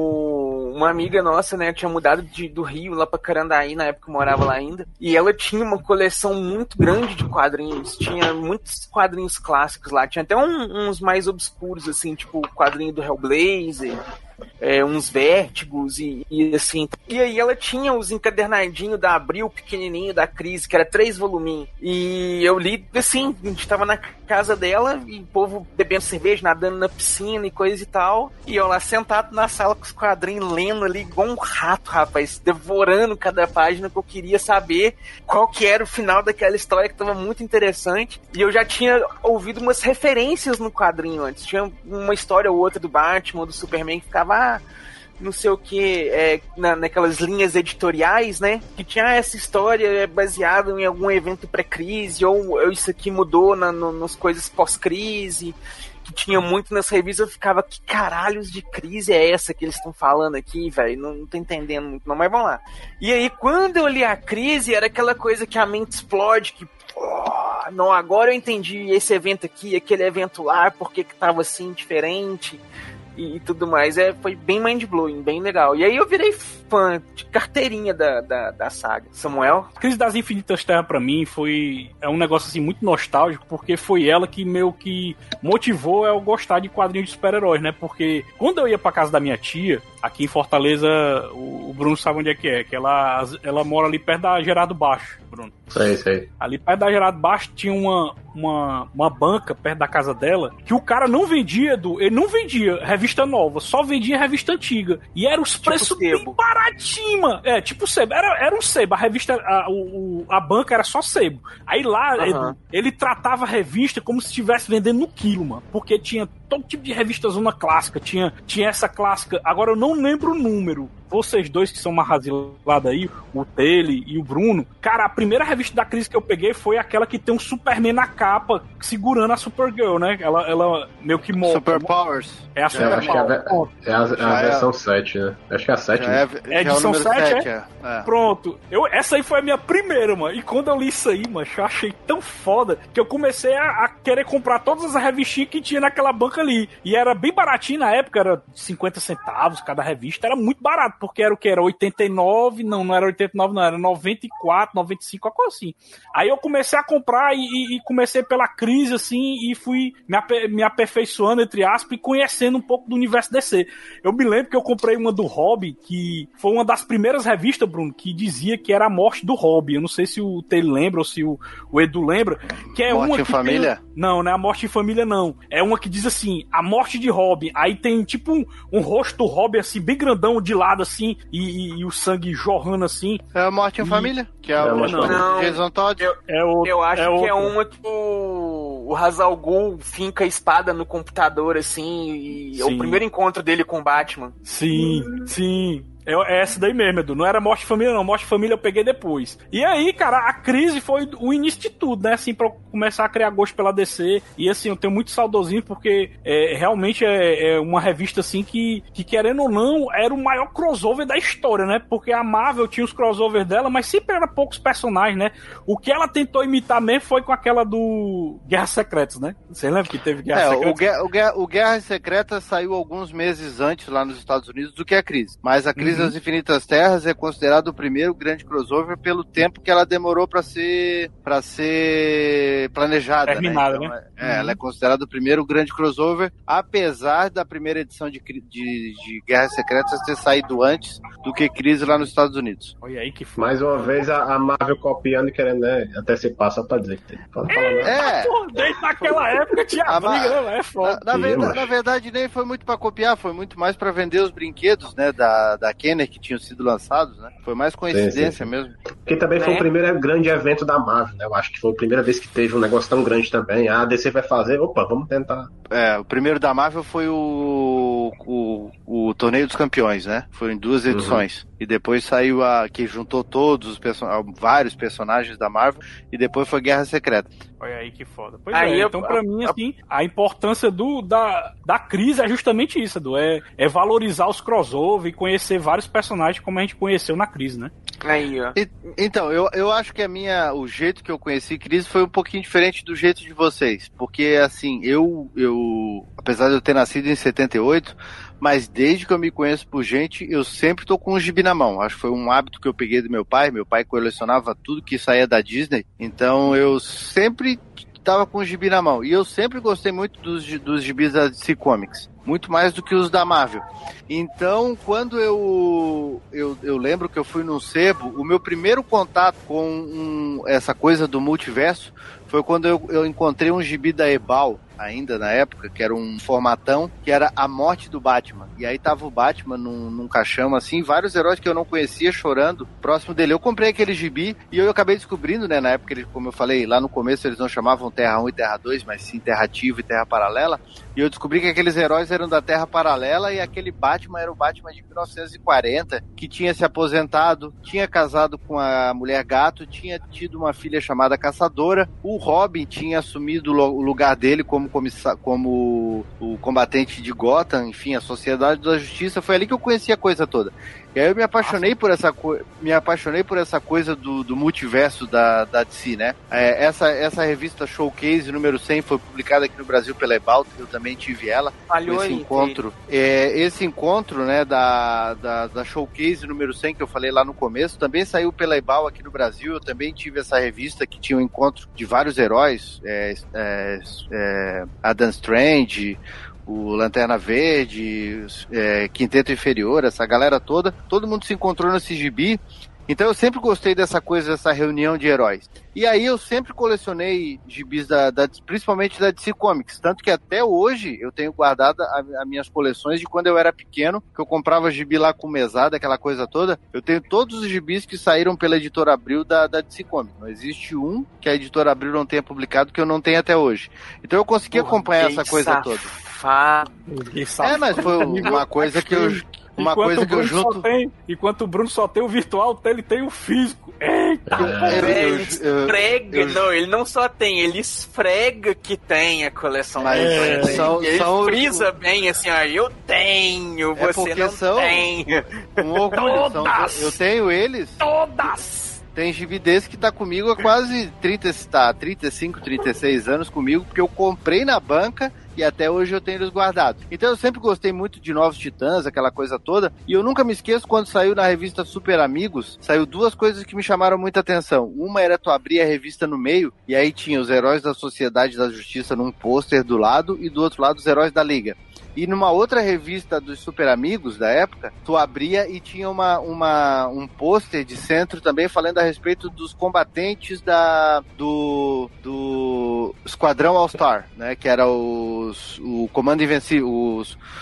Uma amiga nossa, né, tinha mudado do Rio lá pra Carandaí, na época que morava lá ainda. E ela tinha uma coleção muito grande de quadrinhos. Tinha muitos quadrinhos clássicos lá. Tinha até uns mais obscuros, assim, tipo o quadrinho do Hellblazer. Uns Vértigos e assim. E aí ela tinha os encadernadinhos da Abril, pequenininho, da Crise, que era 3 voluminhos. E eu li, assim, a gente tava na casa dela e o povo bebendo cerveja, nadando na piscina e coisa e tal. E eu lá sentado na sala com os quadrinhos, lendo ali igual um rato, rapaz, devorando cada página, que eu queria saber qual que era o final daquela história, que tava muito interessante. E eu já tinha ouvido umas referências no quadrinho antes. Tinha uma história ou outra do Batman, do Superman, que ficava não sei o que, naquelas linhas editoriais, né? Que tinha essa história baseada em algum evento pré-crise, ou isso aqui mudou nas coisas pós-crise, que tinha muito nas revistas. Eu ficava, que caralhos de crise é essa que eles estão falando aqui, velho? Não tô entendendo muito não, mas vamos lá. E aí, quando eu li a Crise, era aquela coisa que a mente explode, que não, agora eu entendi esse evento aqui, aquele evento lá, porque que tava assim, diferente e tudo mais. Foi bem mind-blowing, bem legal. E aí eu virei fã de carteirinha da saga. Samuel? Crise das Infinitas Terras pra mim é um negócio assim muito nostálgico, porque foi ela que meio que motivou eu gostar de quadrinhos de super-heróis, né? Porque quando eu ia pra casa da minha tia, aqui em Fortaleza, o Bruno sabe onde é, que ela mora ali perto da Gerardo Baixo, Bruno. Sei. Ali perto da Gerardo Baixo tinha uma banca perto da casa dela, que o cara não vendia, ele não vendia revista nova, só vendia revista antiga. E era os preços bem baratinhos, mano. Tipo sebo. Era um sebo. A revista, a banca era só sebo. Aí lá, ele tratava a revista como se estivesse vendendo no quilo, mano. Porque tinha todo tipo de revista zona clássica. Tinha essa clássica. Agora eu não lembro o número. Vocês dois que são mais rasilados aí, o Tele e o Bruno. Cara, a primeira revista da Crise que eu peguei foi aquela que tem um Superman na capa segurando a Supergirl, né? Ela meio que monta. Superpowers. É a Superpowers. É a versão 7, né? Acho que é a 7. É a edição 7, 7, Pronto. Essa aí foi a minha primeira, mano. E quando eu li isso aí, mano, eu achei tão foda que eu comecei a querer comprar todas as revistinhas que tinha naquela banca ali. E era bem baratinho na época, era 50 centavos cada revista. Era muito barato, porque era o que? Era 89, não era 89, não, era 94, 95, algo assim. Aí eu comecei a comprar e comecei pela Crise, assim, e fui me aperfeiçoando, entre aspas, e conhecendo um pouco do universo DC. Eu me lembro que eu comprei uma do Robin, que foi uma das primeiras revistas, Bruno, que dizia que era a morte do Robin. Eu não sei se o Taylor lembra ou se o Edu lembra. Que é Morte uma em Família? Não é a Morte em Família, não. É uma que diz assim, a morte de Robin. Aí tem tipo um rosto do Robin, assim, bem grandão de lado, assim, e o sangue jorrando, assim. É a Morte em Família? Que é o Jason Todd? Eu acho que é uma que o Ra's al Ghul finca a espada no computador, assim, e é o primeiro encontro dele com o Batman. Sim. É essa daí mesmo, Edu. Não era Morte de Família, não. Morte de Família eu peguei depois. E aí, cara, a Crise foi o início de tudo, né? Assim, pra eu começar a criar gosto pela DC. E assim, eu tenho muito saudosinho porque realmente é uma revista, assim, que querendo ou não, era o maior crossover da história, né? Porque a Marvel tinha os crossovers dela, mas sempre era poucos personagens, né? O que ela tentou imitar mesmo foi com aquela do Guerras Secretas, né? Você lembra que teve Guerras Secretas? O Guerras Secretas saiu alguns meses antes lá nos Estados Unidos do que a Crise. Mas a Crise das Infinitas Terras é considerado o primeiro grande crossover pelo tempo que ela demorou para ser planejada. Terminada, né? Então, ela é considerada o primeiro grande crossover, apesar da primeira edição de Guerras Secretas ter saído antes do que Crise lá nos Estados Unidos. Olha aí que foi. Mais uma vez a Marvel copiando e querendo, né, antecipar só pra dizer que tem. Desde naquela época tinha briga, né? É foda. Na verdade, nem foi muito pra copiar, foi muito mais pra vender os brinquedos, né, da Kenner que tinham sido lançados, né? Foi mais coincidência mesmo. Que também foi o primeiro grande evento da Marvel, né? Eu acho que foi a primeira vez que teve um negócio tão grande também. A DC vai fazer, vamos tentar. O primeiro da Marvel foi o Torneio dos Campeões, né? Foram 2 edições. E depois saiu que juntou todos vários personagens da Marvel, e depois foi Guerra Secreta. Olha aí que foda. Pois então pra mim, assim, a importância da Crise é justamente isso, Edu. É valorizar os crossover e conhecer vários personagens como a gente conheceu na Crise, né? Aí, ó. Então, eu acho que o jeito que eu conheci Crise foi um pouquinho diferente do jeito de vocês. Porque, assim, eu apesar de eu ter nascido em 78, mas desde que eu me conheço por gente, eu sempre tô com um gibi na mão. Acho que foi um hábito que eu peguei do meu pai. Meu pai colecionava tudo que saía da Disney. Então, eu sempre tava com o gibi na mão. E eu sempre gostei muito dos gibis da DC Comics. Muito mais do que os da Marvel. Então, quando eu lembro que eu fui num sebo, o meu primeiro contato com essa coisa do multiverso foi quando eu encontrei um gibi da Ebal, ainda na época, que era um formatão, que era A Morte do Batman. E aí tava o Batman num caixão, assim, vários heróis que eu não conhecia chorando próximo dele. Eu comprei aquele gibi e eu acabei descobrindo, né, na época, como eu falei, lá no começo eles não chamavam Terra 1 e Terra 2, mas sim Terra Ativa e Terra Paralela. E eu descobri que aqueles heróis eram da Terra Paralela e aquele Batman era o Batman de 1940, que tinha se aposentado, tinha casado com a Mulher Gato, tinha tido uma filha chamada Caçadora. O Robin tinha assumido o lugar dele como o combatente de Gotham, enfim, a Sociedade da Justiça. Foi ali que eu conheci a coisa toda. E aí eu me apaixonei por essa coisa do multiverso da DC, né? Essa revista Showcase número 100 foi publicada aqui no Brasil pela Ebal, eu também tive ela. Esse encontro, né, da Showcase número 100 que eu falei lá no começo, também saiu pela Ebal aqui no Brasil. Eu também tive essa revista que tinha um encontro de vários heróis, Adam Strange, o Lanterna Verde, Quinteto Inferior, essa galera toda, todo mundo se encontrou nesse gibi. Então eu sempre gostei dessa coisa, dessa reunião de heróis. E aí eu sempre colecionei gibis principalmente da DC Comics, tanto que até hoje eu tenho guardado as minhas coleções de quando eu era pequeno, que eu comprava gibi lá com mesada, aquela coisa toda. Eu tenho todos os gibis que saíram pela Editora Abril da DC Comics. Não existe um que a Editora Abril não tenha publicado que eu não tenho até hoje. Então eu consegui acompanhar essa coisa toda. Mas foi uma coisa que eu... Enquanto o Bruno só tem o virtual, ele tem o físico. Eita! Ele esfrega. Não, ele não só tem, ele esfrega que tem a coleção. Mas ele frisa bem assim, ó, eu tenho, você não tem. Um orgulho. Eu tenho eles. Todas! Tem gibi desse que tá comigo há quase 35, 36 anos comigo, porque eu comprei na banca e até hoje eu tenho eles guardados. Então eu sempre gostei muito de Novos Titãs, aquela coisa toda, e eu nunca me esqueço quando saiu na revista Super Amigos, saiu duas coisas que me chamaram muita atenção. Uma era tu abrir a revista no meio, e aí tinha os Heróis da Sociedade da Justiça num pôster do lado, e do outro lado os Heróis da Liga. E numa outra revista dos Super Amigos da época, tu abria e tinha um pôster de centro também falando a respeito dos combatentes do Esquadrão All-Star, né? Que era o Comando Invencível,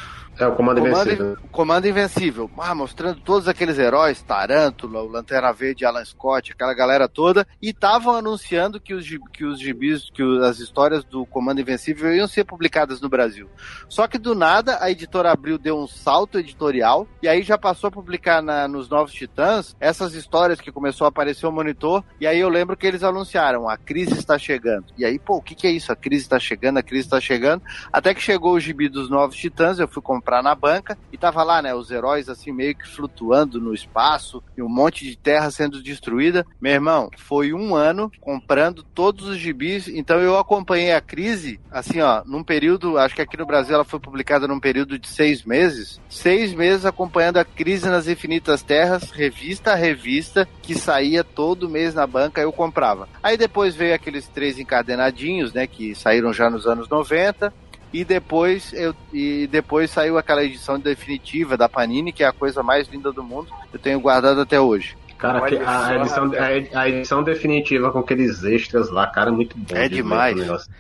o Comando Invencível. Mostrando todos aqueles heróis, Tarântula, o Lanterna Verde, Alan Scott, aquela galera toda, e estavam anunciando que as histórias do Comando Invencível iam ser publicadas no Brasil. Só que do nada a Editora Abril deu um salto editorial e aí já passou a publicar nos Novos Titãs essas histórias que começou a aparecer o monitor, e aí eu lembro que eles anunciaram, a crise está chegando. E aí, o que é isso? A crise está chegando, até que chegou o gibi dos Novos Titãs, eu fui comprar na banca, e tava lá, né, os heróis assim meio que flutuando no espaço, e um monte de terra sendo destruída. Meu irmão, foi um ano comprando todos os gibis, então eu acompanhei a crise, assim ó, num período, acho que aqui no Brasil ela foi publicada num período de 6 meses, acompanhando a crise nas Infinitas Terras, revista a revista, que saía todo mês na banca, eu comprava. Aí depois veio aqueles 3 encadenadinhos, né, que saíram já nos anos 90, e depois saiu aquela edição definitiva da Panini, que é a coisa mais linda do mundo. Eu tenho guardado até hoje. Cara, a edição definitiva com aqueles extras lá, cara, muito bom. É demais.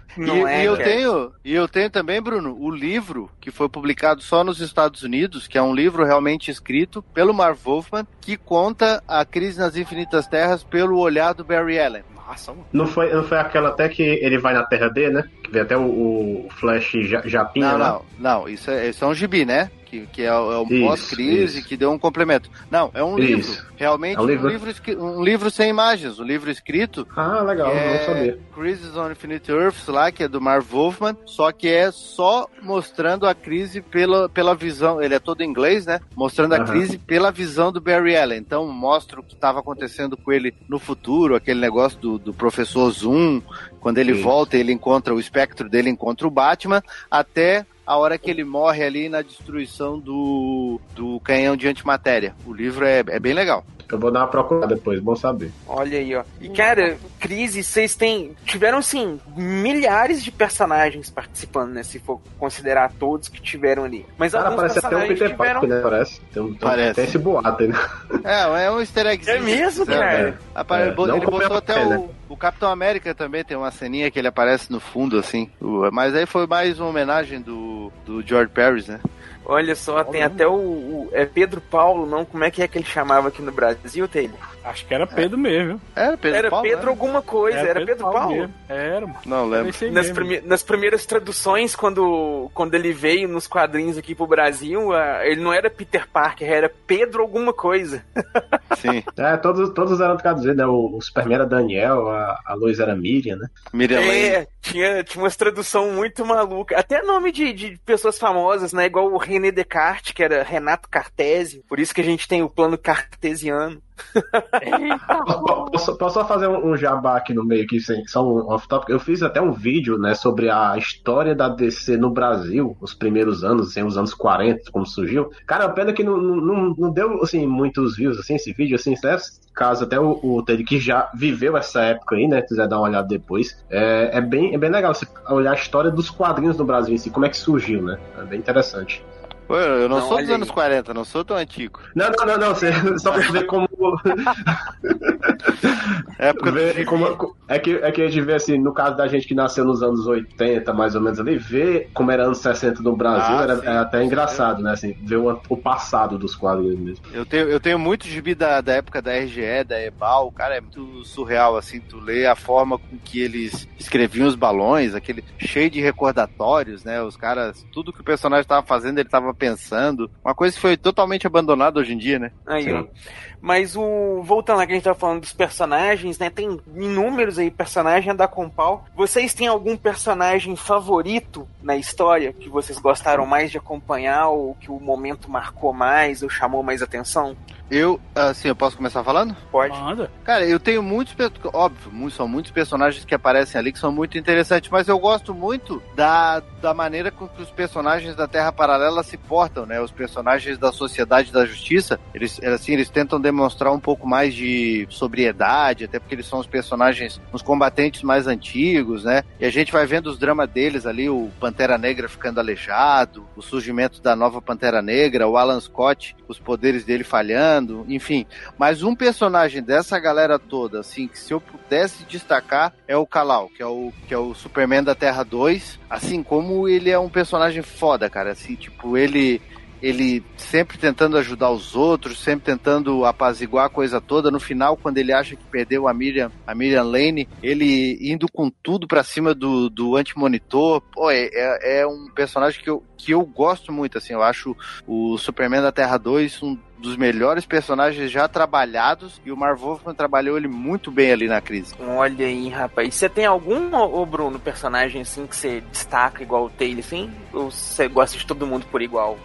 E eu tenho também, Bruno, o livro que foi publicado só nos Estados Unidos, que é um livro realmente escrito pelo Marv Wolfman, que conta a crise nas Infinitas Terras pelo olhar do Barry Allen. Não foi aquela até que ele vai na terra dele, né? Que vê até o Flash Japinha. Não, isso é um gibi, né? Que é um pós-crise, que deu um complemento. Não, é um livro. Realmente um livro sem imagens, um livro escrito. Ah, legal, não sabia. Crisis on Infinite Earths lá, que é do Marv Wolfman, só que é só mostrando a crise pela visão, ele é todo em inglês, né? Mostrando a crise pela visão do Barry Allen. Então mostra o que estava acontecendo com ele no futuro, aquele negócio do professor Zoom, quando ele volta, ele encontra o espectro dele, encontra o Batman, até a hora que ele morre ali na destruição do canhão de antimatéria. O livro é bem legal. Eu vou dar uma procurada depois, bom saber. Olha aí, ó. E, cara, Crise, vocês tiveram, assim, milhares de personagens participando, né? Se for considerar todos que tiveram ali. Mas cara, parece até um Peter Parker, né? Parece. Tem esse boato aí, né? É um easter eggzinho. É mesmo, cara? Ele botou até o Capitão América também, tem uma ceninha que ele aparece no fundo, assim. Mas aí foi mais uma homenagem do George Pérez, né? Olha só, tem até é Pedro Paulo, não? Como é que ele chamava aqui no Brasil, Taylor? Acho que era Pedro mesmo. Era Pedro Paulo? Era Pedro alguma coisa, era Pedro Paulo? Mesmo. Era, mano. Não lembro. Nas primeiras traduções, quando ele veio nos quadrinhos aqui pro Brasil, ele não era Peter Parker, era Pedro alguma coisa. Sim. Todos eram traduzidos, né? O Superman era Daniel, a Lois era Miriam, né? Miriam Lane. Tinha umas traduções muito malucas. Até nome de pessoas famosas, né? Igual o René Descartes, que era Renato Cartésio, por isso que a gente tem o plano cartesiano. Posso só fazer um jabá aqui no meio, aqui, só um off-topic? Eu fiz até um vídeo, né, sobre a história da DC no Brasil, os primeiros anos, assim, os anos 40, como surgiu. Cara, a pena que não deu, assim, muitos views, assim, esse vídeo, assim, caso até o Teddy, que já viveu essa época aí, né, quiser dar uma olhada depois, é bem legal você olhar a história dos quadrinhos no Brasil em si, como é que surgiu, né, é bem interessante. Eu não sou dos anos 40, não sou tão antigo. Não, só pra ver como... É que a gente vê assim, no caso da gente que nasceu nos anos 80, mais ou menos ali, ver como era anos 60 no Brasil era até engraçado, né? Assim, ver o passado dos quadrinhos mesmo. Eu tenho muito gibi da época da RGE, da Ebal, cara, é muito surreal, assim, tu lê a forma com que eles escreviam os balões, aquele cheio de recordatórios, né? Os caras, tudo que o personagem tava fazendo, ele tava pensando. Uma coisa que foi totalmente abandonada hoje em dia, né? Aí, ó. Mas voltando lá que a gente tava falando dos personagens, né? Tem inúmeros aí personagens da Compal. Vocês têm algum personagem favorito na história que vocês gostaram mais de acompanhar, ou que o momento marcou mais, ou chamou mais atenção? Eu posso começar falando? Pode. Manda. Cara, eu tenho são muitos personagens que aparecem ali que são muito interessantes, mas eu gosto muito da maneira com que os personagens da Terra Paralela se portam, né? Os personagens da Sociedade da Justiça, eles tentam demonstrar um pouco mais de sobriedade, até porque eles são os personagens, os combatentes mais antigos, né? E a gente vai vendo os dramas deles ali, o Pantera Negra ficando aleijado, o surgimento da nova Pantera Negra, o Alan Scott, os poderes dele falhando, enfim. Mas um personagem dessa galera toda, assim, que se eu pudesse destacar, é o Kal-El, que é o Superman da Terra 2, assim, como ele é um personagem foda, cara, assim, tipo, ele sempre tentando ajudar os outros, sempre tentando apaziguar a coisa toda. No final, quando ele acha que perdeu a Miriam Lane, ele indo com tudo pra cima do Anti-Monitor. Pô, é um personagem que eu gosto muito, assim. Eu acho o Superman da Terra 2 um dos melhores personagens já trabalhados, e o Marv Wolfman trabalhou ele muito bem ali na Crise. Olha aí, rapaz. Você tem algum, ô Bruno, personagem assim que você destaca igual o Taylor, assim? Ou você gosta de todo mundo por igual?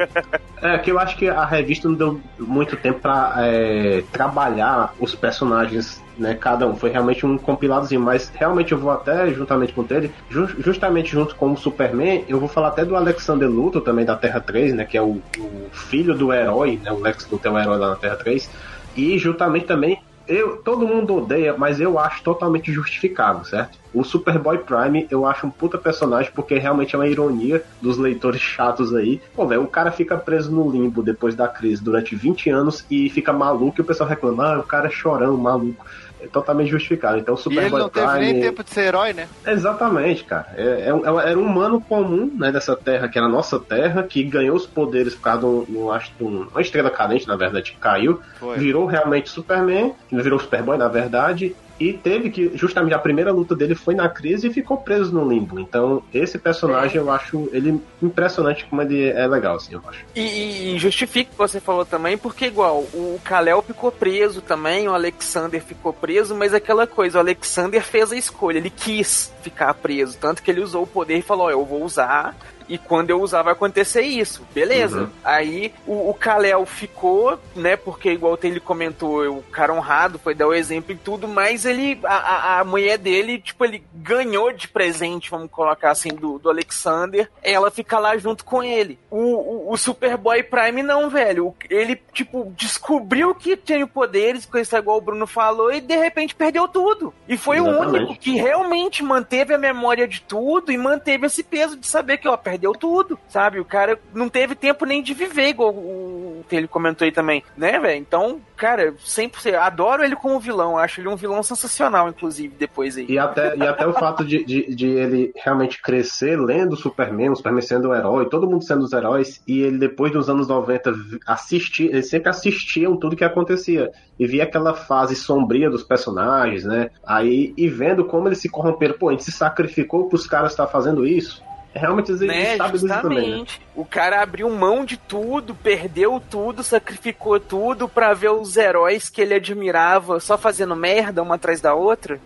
Que eu acho que a revista não deu muito tempo pra trabalhar os personagens, né, cada um, foi realmente um compiladozinho, mas realmente eu vou até, juntamente com ele, justamente junto com o Superman, eu vou falar até do Alexander Luthor, também da Terra 3, né, que é o filho do herói, né, o Lex Luthor é o herói lá na Terra 3, e juntamente também, todo mundo odeia, mas eu acho totalmente justificável, certo? O Superboy Prime eu acho um puta personagem, porque realmente é uma ironia dos leitores chatos aí. Pô, velho, o cara fica preso no limbo depois da crise durante 20 anos e fica maluco, e o pessoal reclama, o cara é chorão, maluco. É totalmente justificado. Então o Superboy Prime... E ele não teve nem tempo de ser herói, né? Exatamente, cara. Era um humano comum, né, dessa terra, que era a nossa terra, que ganhou os poderes por causa de uma estrela cadente, na verdade, que caiu. Foi. Virou realmente Superman, virou Superboy, na verdade, e teve que, justamente, a primeira luta dele foi na crise e ficou preso no limbo. Então, esse personagem, eu acho ele impressionante como ele é legal, assim, eu acho. E justifica o que você falou também, porque igual, o Kal-El ficou preso também, o Alexander ficou preso, mas aquela coisa, o Alexander fez a escolha, ele quis ficar preso, tanto que ele usou o poder e falou, eu vou usar... E quando eu usar vai acontecer isso, beleza. Uhum. Aí o Kal-El ficou, né, porque igual ele comentou, o cara honrado foi dar o exemplo e tudo, mas ele, a mulher dele, tipo, ele ganhou de presente, vamos colocar assim, do Alexander, ela fica lá junto com ele. O Superboy Prime não, velho, ele, tipo, descobriu que tinha poderes, coisa igual o Bruno falou, e de repente perdeu tudo. E foi Exatamente. O único que realmente manteve a memória de tudo e manteve esse peso de saber que, ó, perdeu tudo, sabe? O cara não teve tempo nem de viver, igual o que ele comentou aí também, né, velho? Então, cara, 100%, adoro ele como vilão, acho ele um vilão sensacional, inclusive, depois aí. E até o fato de ele realmente crescer lendo o Superman sendo o herói, todo mundo sendo os heróis, e ele depois dos anos 90 eles sempre assistiam tudo que acontecia, e via aquela fase sombria dos personagens, né? Aí, e vendo como eles se corromperam, pô, a gente se sacrificou pros caras estar fazendo isso. Realmente né, justamente. Também, né? O cara abriu mão de tudo, perdeu tudo, sacrificou tudo pra ver os heróis que ele admirava só fazendo merda uma atrás da outra.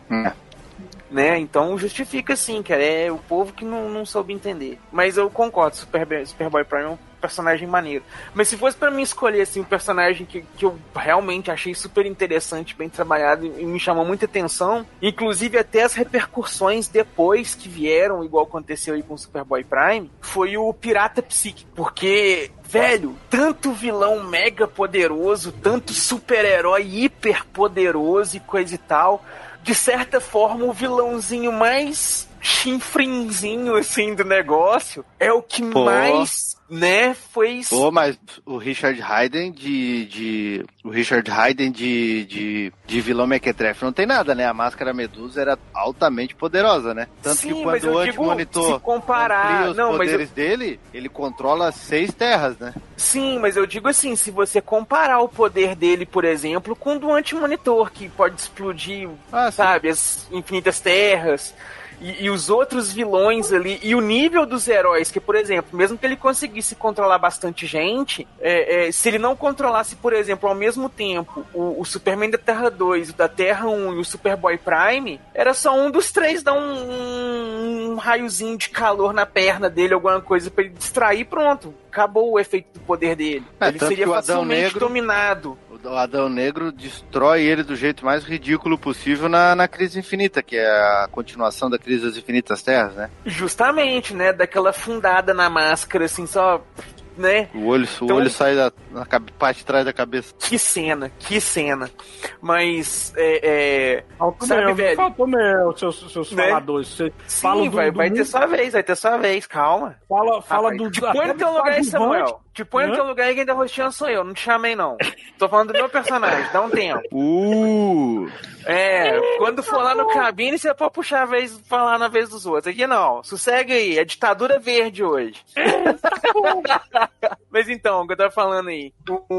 Né? Então justifica sim, cara. É o povo que não soube entender. Mas eu concordo, Superboy Prime é um personagem maneiro. Mas se fosse pra mim escolher, assim, um personagem que eu realmente achei super interessante, bem trabalhado e me chamou muita atenção, inclusive até as repercussões depois que vieram, igual aconteceu aí com o Superboy Prime, foi o Pirata Psíquico, porque... Velho, tanto vilão mega poderoso, tanto super-herói hiper poderoso e coisa e tal. De certa forma, o vilãozinho mais chinfrinzinho, assim, do negócio é o que mais, né, foi... Pô, mas o Richard Hayden de vilão mequetrefe não tem nada, né? A Máscara Medusa era altamente poderosa, né? Tanto Sim, que quando o Anti-Monitor amplia os poderes dele, ele controla 6 terras, né? Sim, mas eu digo assim, se você comparar o poder dele, por exemplo, com o do Anti-Monitor, que pode explodir, sabe, as infinitas terras... E os outros vilões ali, e o nível dos heróis, que, por exemplo, mesmo que ele conseguisse controlar bastante gente, se ele não controlasse, por exemplo, ao mesmo tempo, o Superman da Terra 2, o da Terra 1 e o Superboy Prime, era só um dos três dar um raiozinho de calor na perna dele, alguma coisa pra ele distrair, pronto. Acabou o efeito do poder dele. Ele seria facilmente dominado. O Adão Negro destrói ele do jeito mais ridículo possível na Crise Infinita, que é a continuação da Crise das Infinitas Terras, né? Justamente, né? Daquela fundada na máscara, assim, só... Né? O olho sai da parte de trás da cabeça. Que cena. Mas, sabe, velho? Faltou meu, seus né? faladores. Sim, vai ter sua vez, calma. Fala do... Te põe no teu lugar aí, Samuel. Te põe no teu lugar e quem tá rosteando sou eu, não te chamei não. Tô falando do meu personagem, dá um tempo. Quando for lá no cabine, você pode puxar a vez, falar na vez dos outros. Aqui não, sossegue aí, é ditadura verde hoje. Mas então, o que eu tava falando aí,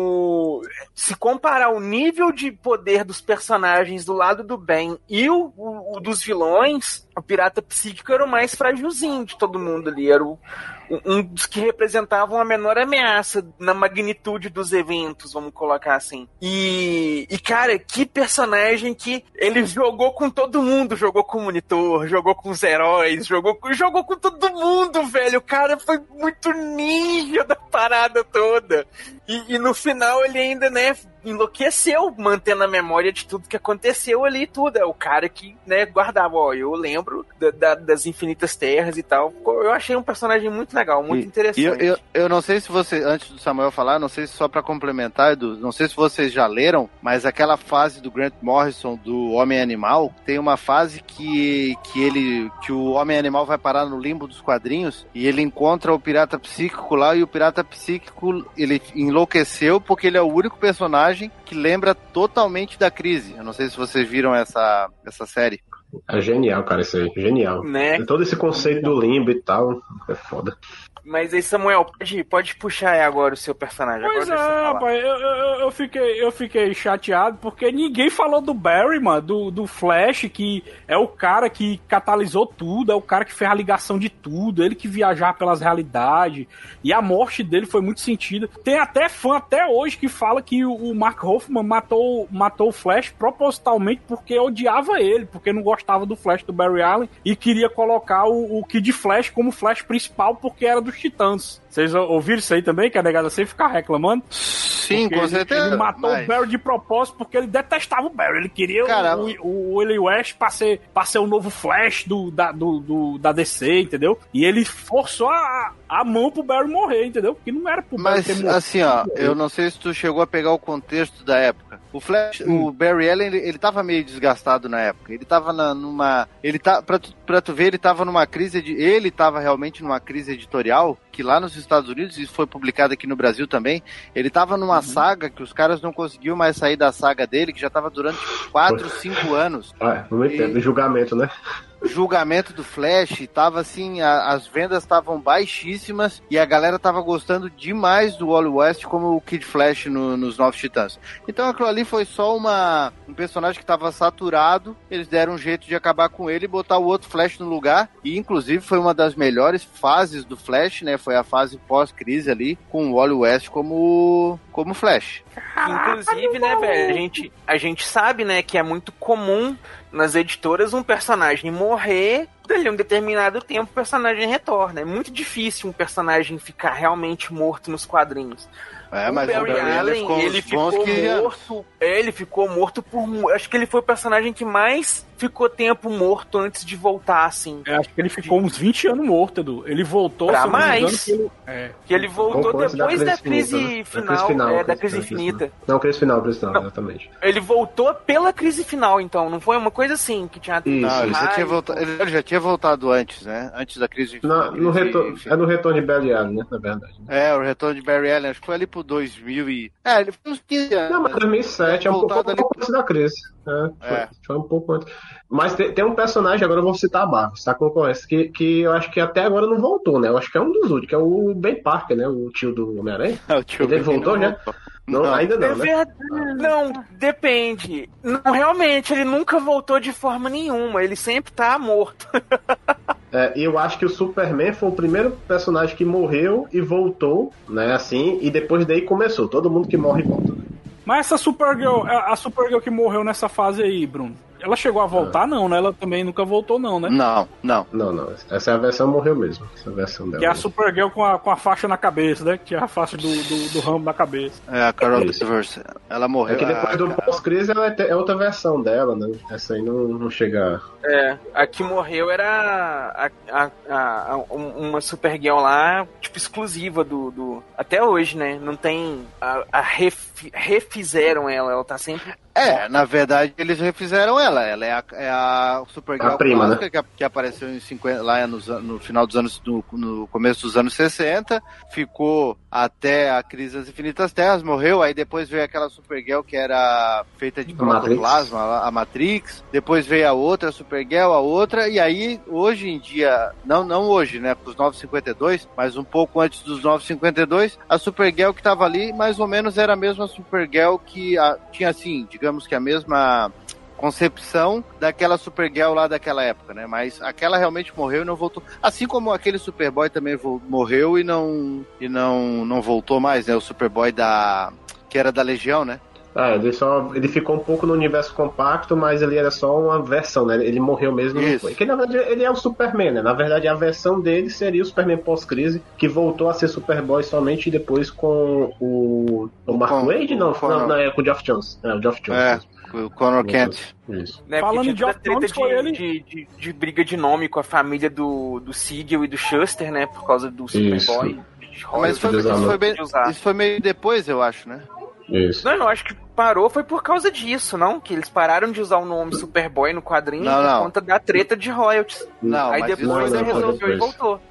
se comparar o nível de poder dos personagens do lado do bem e o dos vilões, o Pirata Psíquico era o mais frágilzinho de todo mundo ali, era um dos que representavam a menor ameaça na magnitude dos eventos, vamos colocar assim. E cara, que personagem que ele jogou com todo mundo, jogou com o Monitor, jogou com os heróis, jogou com todo mundo, velho. O cara foi muito ninja da parada toda. E no final ele ainda, né, enlouqueceu, mantendo a memória de tudo que aconteceu ali e tudo. É o cara que, né, guardava, eu lembro das Infinitas Terras e tal. Eu achei um personagem muito legal, muito interessante. Eu não sei se você, antes do Samuel falar, não sei se só pra complementar, Edu, não sei se vocês já leram, mas aquela fase do Grant Morrison do Homem-Animal, tem uma fase que o Homem-Animal vai parar no limbo dos quadrinhos e ele encontra o Pirata Psíquico lá, e o Pirata Psíquico, ele enlouqueceu porque ele é o único personagem que lembra totalmente da Crise. Eu não sei se vocês viram essa série. É genial, cara, isso aí. Genial. Né? Todo esse conceito do limbo e tal, é foda. Mas aí, Samuel, pode puxar aí agora o seu personagem. Pois rapaz, eu fiquei chateado porque ninguém falou do Barry, mano, do Flash, que é o cara que catalisou tudo, é o cara que fez a ligação de tudo, ele que viajava pelas realidades, e a morte dele foi muito sentida. Tem até fã até hoje que fala que o Mark Hoffman matou o Flash propositalmente porque odiava ele, porque não gostava do Flash do Barry Allen e queria colocar o Kid Flash como Flash principal porque era dos Titãs. Vocês ouviram isso aí também? Que a negada sempre ficar reclamando? Sim, com certeza. Ele matou o Barry de propósito porque ele detestava o Barry. Ele queria o Wally West pra ser o novo Flash da DC, entendeu? E ele forçou a mão pro Barry morrer, entendeu? Porque não era pro Barry ter morrido. Mas, assim, ó, eu não sei se tu chegou a pegar o contexto da época. O Flash, o Barry Allen, ele tava meio desgastado na época. Ele tava pra tu ver, ele tava numa crise ele tava realmente numa crise editorial, que lá nos Estados Unidos, isso foi publicado aqui no Brasil também, ele tava numa saga que os caras não conseguiam mais sair da saga dele, que já tava durante 4, 5 anos. Muito tempo, julgamento, né? Julgamento do Flash, tava assim, as vendas estavam baixíssimas e a galera tava gostando demais do Wally West como o Kid Flash nos Novos Titãs. Então aquilo ali foi só um personagem que tava saturado, eles deram um jeito de acabar com ele e botar o outro Flash no lugar, e inclusive foi uma das melhores fases do Flash, né, foi a fase pós-crise ali, com o Wally West como Flash. Inclusive, né, velho, a gente sabe, né, que é muito comum nas editoras um personagem morrer dali um determinado tempo o personagem retorna. É muito difícil um personagem ficar realmente morto nos quadrinhos. Mas o Barry Allen, ele ficou morto por... Acho que ele foi o personagem que mais ficou tempo morto antes de voltar, assim. Acho que ele ficou uns 20 anos morto, Edu. Ele voltou... Pra mais. Que ele voltou depois da crise final. Da crise infinita. Não, crise final, exatamente. Ele voltou pela crise final, então. Não foi uma coisa assim que tinha... Não, ele já tinha voltado antes, né? Antes da crise infinita. No retorno de Barry Allen, né? Na verdade. O retorno de Barry Allen. Acho que foi ali por 2000 e... ele foi uns 15 anos. Não, mas 2007 é um pouco antes da crise. Foi um pouco antes. Mas tem um personagem, agora eu vou citar a Barros, tá? Concorrência, que eu acho que até agora não voltou, né? Eu acho que é um dos últimos, que é o Ben Parker, né? O tio do Homem-Aranha. Ele voltou, né? Não, ainda não, né? Não, depende. Não, realmente, ele nunca voltou de forma nenhuma. Ele sempre tá morto. E eu acho que o Superman foi o primeiro personagem que morreu e voltou, né? Assim, e depois daí começou. Todo mundo que morre volta. Mas essa Supergirl, a Supergirl que morreu nessa fase aí, Bruno, ela chegou a voltar? Não, né? Ela também nunca voltou, não, né? Não. Essa é a versão morreu mesmo. Essa é a versão dela. Que é a Supergirl com a faixa na cabeça, né? Que é a faixa do ramo na cabeça. A Carol Danvers. Ela morreu. É que depois do pós-crise ela é outra versão dela, né? Essa aí não chega... A que morreu era uma Supergirl lá, tipo, exclusiva do... Até hoje, né? Não tem... Refizeram ela tá sempre... Na verdade, eles refizeram ela. Ela é a Supergirl clássica, né? que apareceu em 50, lá no final dos anos... No começo dos anos 60. Ficou até a Crise das Infinitas Terras, morreu. Aí depois veio aquela Supergirl que era feita de protoplasma, a Matrix. Depois veio a outra Supergirl, a outra. E aí, hoje em dia... Não hoje, né? Os 952, mas um pouco antes dos 952, a Supergirl que tava ali, mais ou menos era a mesma Supergirl que tinha, assim, digamos que a mesma concepção daquela Supergirl lá daquela época, né? Mas aquela realmente morreu e não voltou. Assim como aquele Superboy também morreu e não voltou mais, né? O Superboy que era da Legião, né? Ele ficou um pouco no universo compacto, mas ele era só uma versão, né? Ele morreu mesmo. Porque na verdade ele é o Superman, né? Na verdade a versão dele seria o Superman pós-crise, que voltou a ser Superboy somente depois com o Mark Waid? Não, com o Geoff Jones. O Geoff Jones. O Conor Kent. Isso. Né, falando de Geoff Jones, foi ele... de briga de nome com a família do Siegel e do Shuster, né? Por causa do Superboy. Mas isso foi meio depois, eu acho, né? Isso. Não, eu acho que parou foi por causa disso, não? Que eles pararam de usar o nome Superboy no quadrinho por conta da treta de royalties. Aí depois ele resolveu e voltou.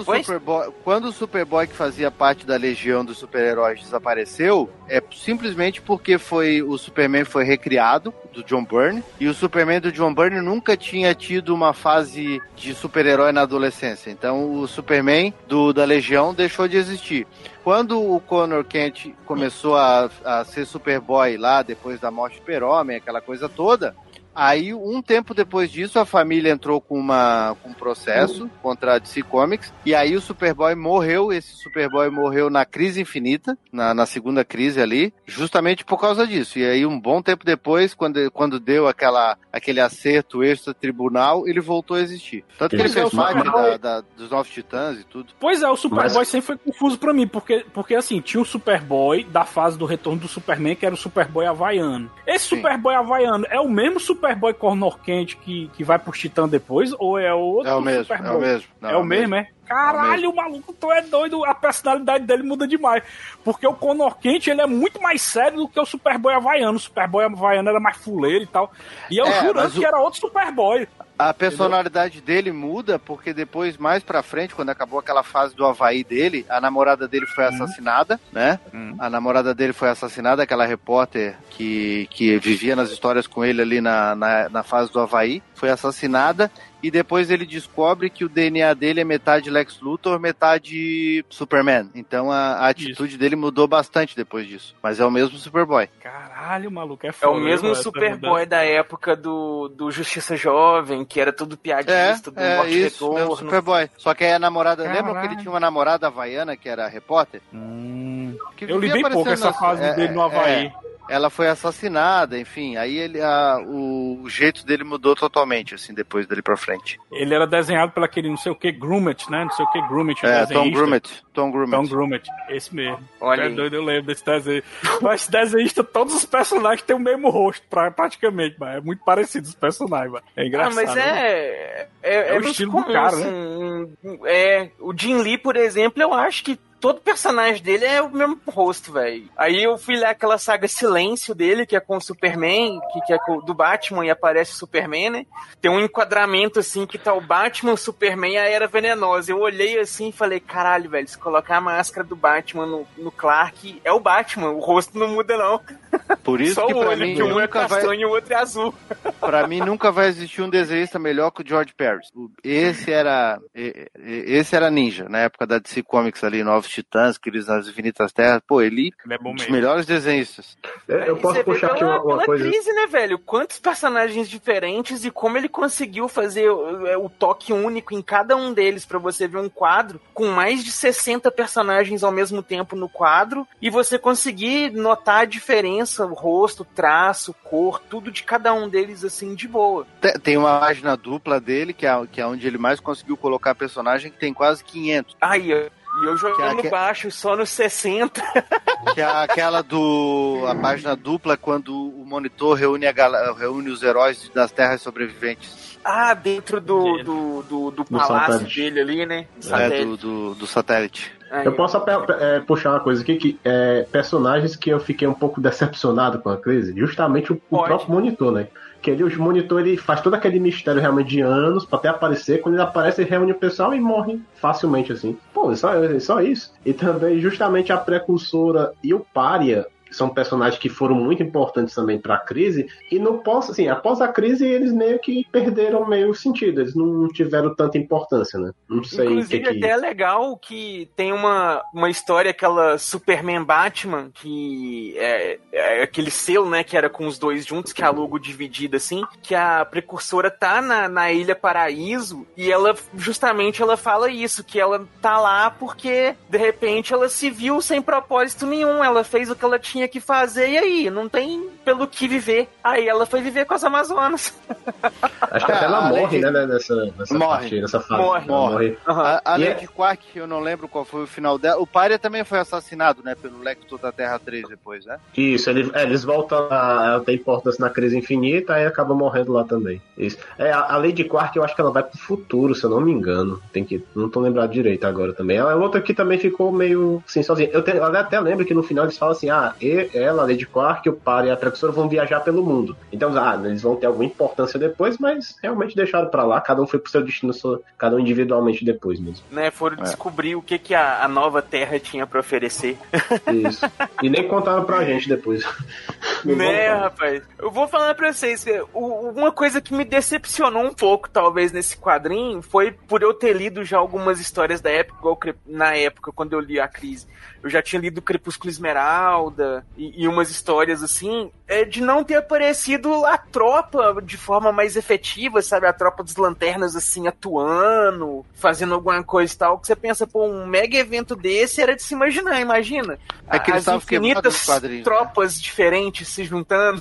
Quando o Superboy que fazia parte da legião dos super-heróis desapareceu, é simplesmente porque o Superman foi recriado, do John Byrne, e o Superman do John Byrne nunca tinha tido uma fase de super-herói na adolescência. Então o Superman da legião deixou de existir. Quando o Conor Kent começou a ser Superboy lá, depois da morte do Super-Homem, aquela coisa toda, aí um tempo depois disso a família entrou com um processo contra a DC Comics, e aí o Superboy morreu, esse Superboy morreu na crise infinita, na segunda crise ali, justamente por causa disso. E aí um bom tempo depois, quando deu aquele acerto extra-tribunal, ele voltou a existir. Tanto que ele fez parte dos Novos Titãs e tudo. Pois é, o Superboy sempre foi confuso pra mim, porque assim, tinha o Superboy da fase do Retorno do Superman, que era o Superboy havaiano. Esse Superboy havaiano é o mesmo Superboy Conor Kent que vai pro Titã depois, ou é outro Superboy? É o mesmo. Não, é o mesmo, é? Caralho, o maluco, tu é doido, a personalidade dele muda demais. Porque o Conor Kent, ele é muito mais sério do que o Superboy havaiano. O Superboy havaiano era mais fuleiro e tal. E eu jurando que era outro Superboy. A personalidade dele muda porque depois, mais pra frente, quando acabou aquela fase do Havaí dele, a namorada dele foi assassinada, né? A namorada dele foi assassinada, aquela repórter que vivia nas histórias com ele ali na fase do Havaí, foi assassinada. E depois ele descobre que o DNA dele é metade Lex Luthor, metade Superman. Então a atitude dele mudou bastante depois disso. Mas é o mesmo Superboy. Caralho, maluco, é foda. É o mesmo Superboy da época do Justiça Jovem, que era tudo piadista, do Morte Retorno. É o Superboy. Só que aí a namorada... Caralho. Lembra que ele tinha uma namorada havaiana que era repórter? Eu li bem pouco essa fase dele no Havaí. ela foi assassinada, enfim, aí o jeito dele mudou totalmente, assim, depois dele pra frente. Ele era desenhado pelo aquele não sei o que Grumet, né? Não sei o que Grumet. Tom Grumet. Esse mesmo. Olha, é doido, eu lembro desse desenho. Mas esse desenhista, todos os personagens têm o mesmo rosto, praticamente, mas é muito parecido os personagens, mano. É engraçado. Mas é o estilo comum, do cara, assim, né? O Jim Lee, por exemplo, eu acho que todo personagem dele é o mesmo rosto, velho. Aí eu fui ler aquela saga Silêncio dele, que é com o Superman, que é do Batman e aparece o Superman, né? Tem um enquadramento, assim, que tá o Batman, o Superman e a Era Venenosa. Eu olhei assim e falei, caralho, velho, se colocar a máscara do Batman no Clark, é o Batman, o rosto não muda, não. Por isso só que o pra olho, mim que um é castanho e o outro é azul. Pra mim nunca vai existir um desenhista melhor que o George Pérez. Esse era ninja, na época da DC Comics ali, Novos Titãs, Crise nas Infinitas Terras. Pô, ele é um dos melhores desenhistas. Eu posso puxar aqui uma coisa. Crise, né, velho? Quantos personagens diferentes e como ele conseguiu fazer o toque único em cada um deles pra você ver um quadro com mais de 60 personagens ao mesmo tempo no quadro e você conseguir notar a diferença, o rosto, traço, cor, tudo de cada um deles, assim, de boa. Tem uma página dupla dele, que é onde ele mais conseguiu colocar personagem, que tem quase 500. Aí, e eu jogando baixo só nos 60. Que é aquela a página dupla, quando o monitor reúne os heróis das terras sobreviventes. Ah, dentro do palácio satélite dele ali, né? Do satélite. Eu posso puxar uma coisa aqui, que personagens que eu fiquei um pouco decepcionado com a crise, justamente o próprio monitor, né? Que o monitor, ele faz todo aquele mistério realmente de anos pra até aparecer. Quando ele aparece, ele reúne o pessoal e morre facilmente, assim. Pô, só isso. E também, justamente, a Precursora e o Pária são personagens que foram muito importantes também pra crise, e após a crise, eles meio que perderam meio o sentido, eles não tiveram tanta importância, né? Não sei. Inclusive, até é legal que tem uma história, aquela Superman Batman, que é aquele selo, né, que era com os dois juntos, que é a logo dividida, assim, que a Precursora tá na Ilha Paraíso, e ela fala isso, que ela tá lá porque, de repente, ela se viu sem propósito nenhum, ela fez o que ela tinha que fazer, e aí, não tem pelo que viver. Aí ela foi viver com as Amazonas. Acho que até ela morre, né, nessa fase. Morre. Uhum. A Lady Quark, eu não lembro qual foi o final dela. O Pária também foi assassinado, né, pelo Lector da Terra 3 depois, né? Isso, eles voltam a ter importância na crise infinita, aí acaba morrendo lá também. Isso. A Lady Quark, eu acho que ela vai pro futuro, se eu não me engano. Não tô lembrado direito agora também. Ela é outra que também ficou meio assim, sozinha. Eu até lembro que no final eles falam assim, ela, a Lady Quark, o Pária e a Precursora vão viajar pelo mundo. Então, eles vão ter alguma importância depois, mas realmente deixaram pra lá, cada um foi pro seu destino, cada um individualmente depois mesmo. Né, foram descobrir o que a nova Terra tinha pra oferecer. Isso. E nem contaram pra gente depois. Né, rapaz? Eu vou falar pra vocês, uma coisa que me decepcionou um pouco, talvez, nesse quadrinho, foi por eu ter lido já algumas histórias da época, igual na época, quando eu li a Crise. Eu já tinha lido Crepúsculo Esmeralda e umas histórias assim, de não ter aparecido a tropa de forma mais efetiva, sabe? A tropa dos Lanternas, assim, atuando, fazendo alguma coisa e tal, que você pensa, pô, um mega evento desse era de se imaginar, imagina. Que eles as infinitas tropas diferentes se juntando.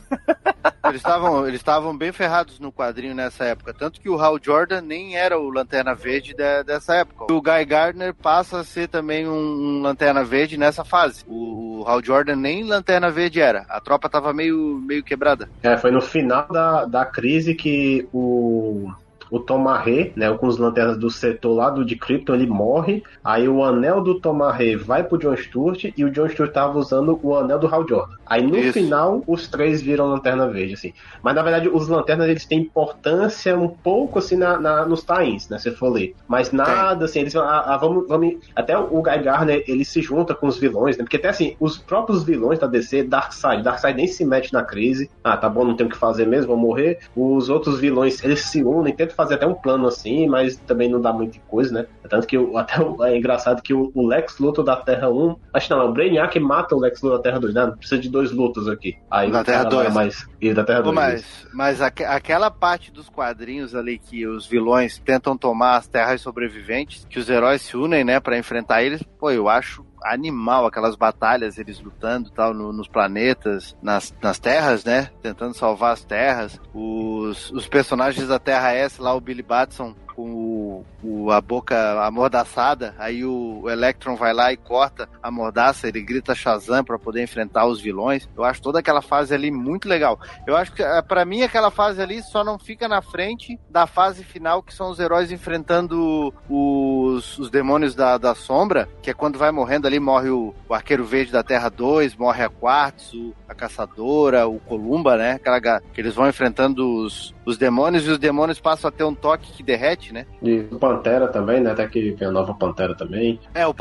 Eles estavam bem ferrados no quadrinho nessa época, tanto que o Hal Jordan nem era o Lanterna Verde dessa época. O Guy Gardner passa a ser também um Lanterna Verde nessa fase. O Hal Jordan nem Lanterna Verde era. A tropa tava meio quebrada. Foi no final da crise que o Tomarré, né, com os lanternas do setor lá de Krypton, ele morre, aí o anel do Tomarré vai pro John Stewart, e o John Stewart tava usando o anel do Hal Jordan. Aí no final, os três viram Lanterna Verde, assim. Mas na verdade, os lanternas, eles têm importância um pouco, assim, nos tie-ins, né, se for ler. Mas nada, assim, eles vamos... Até o Guy Gardner, ele se junta com os vilões, né, porque até assim, os próprios vilões da DC, Darkseid nem se mete na crise. Tá bom, não tem o que fazer mesmo, vou morrer. Os outros vilões, eles se unem, tentam fazer até um plano assim, mas também não dá muita coisa, né? Tanto que é engraçado que o Lex Luthor da Terra 1, acho que não, é o Brainiac que mata o Lex Luthor da Terra 2, né? Não precisa de 2 lutos aqui. Aí da Terra 2. E da Terra 2. Mas aquela parte dos quadrinhos ali que os vilões tentam tomar as terras sobreviventes, que os heróis se unem, né, pra enfrentar eles, pô, eu acho animal, aquelas batalhas, eles lutando e tal, nos planetas, nas terras, né? Tentando salvar as terras. Os personagens da Terra S, lá o Billy Batson com a boca amordaçada, aí o Electron vai lá e corta a mordaça, ele grita Shazam pra poder enfrentar os vilões. Eu acho toda aquela fase ali muito legal. Eu acho que, pra mim, aquela fase ali só não fica na frente da fase final, que são os heróis enfrentando os demônios da sombra, que é quando vai morrendo ali, morre o Arqueiro Verde da Terra 2, morre a Quartz, a Caçadora, o Columba, né? Que eles vão enfrentando os demônios, e os demônios passam a ter um toque que derrete, né? E o Pantera também, né? Até que vem a nova Pantera também.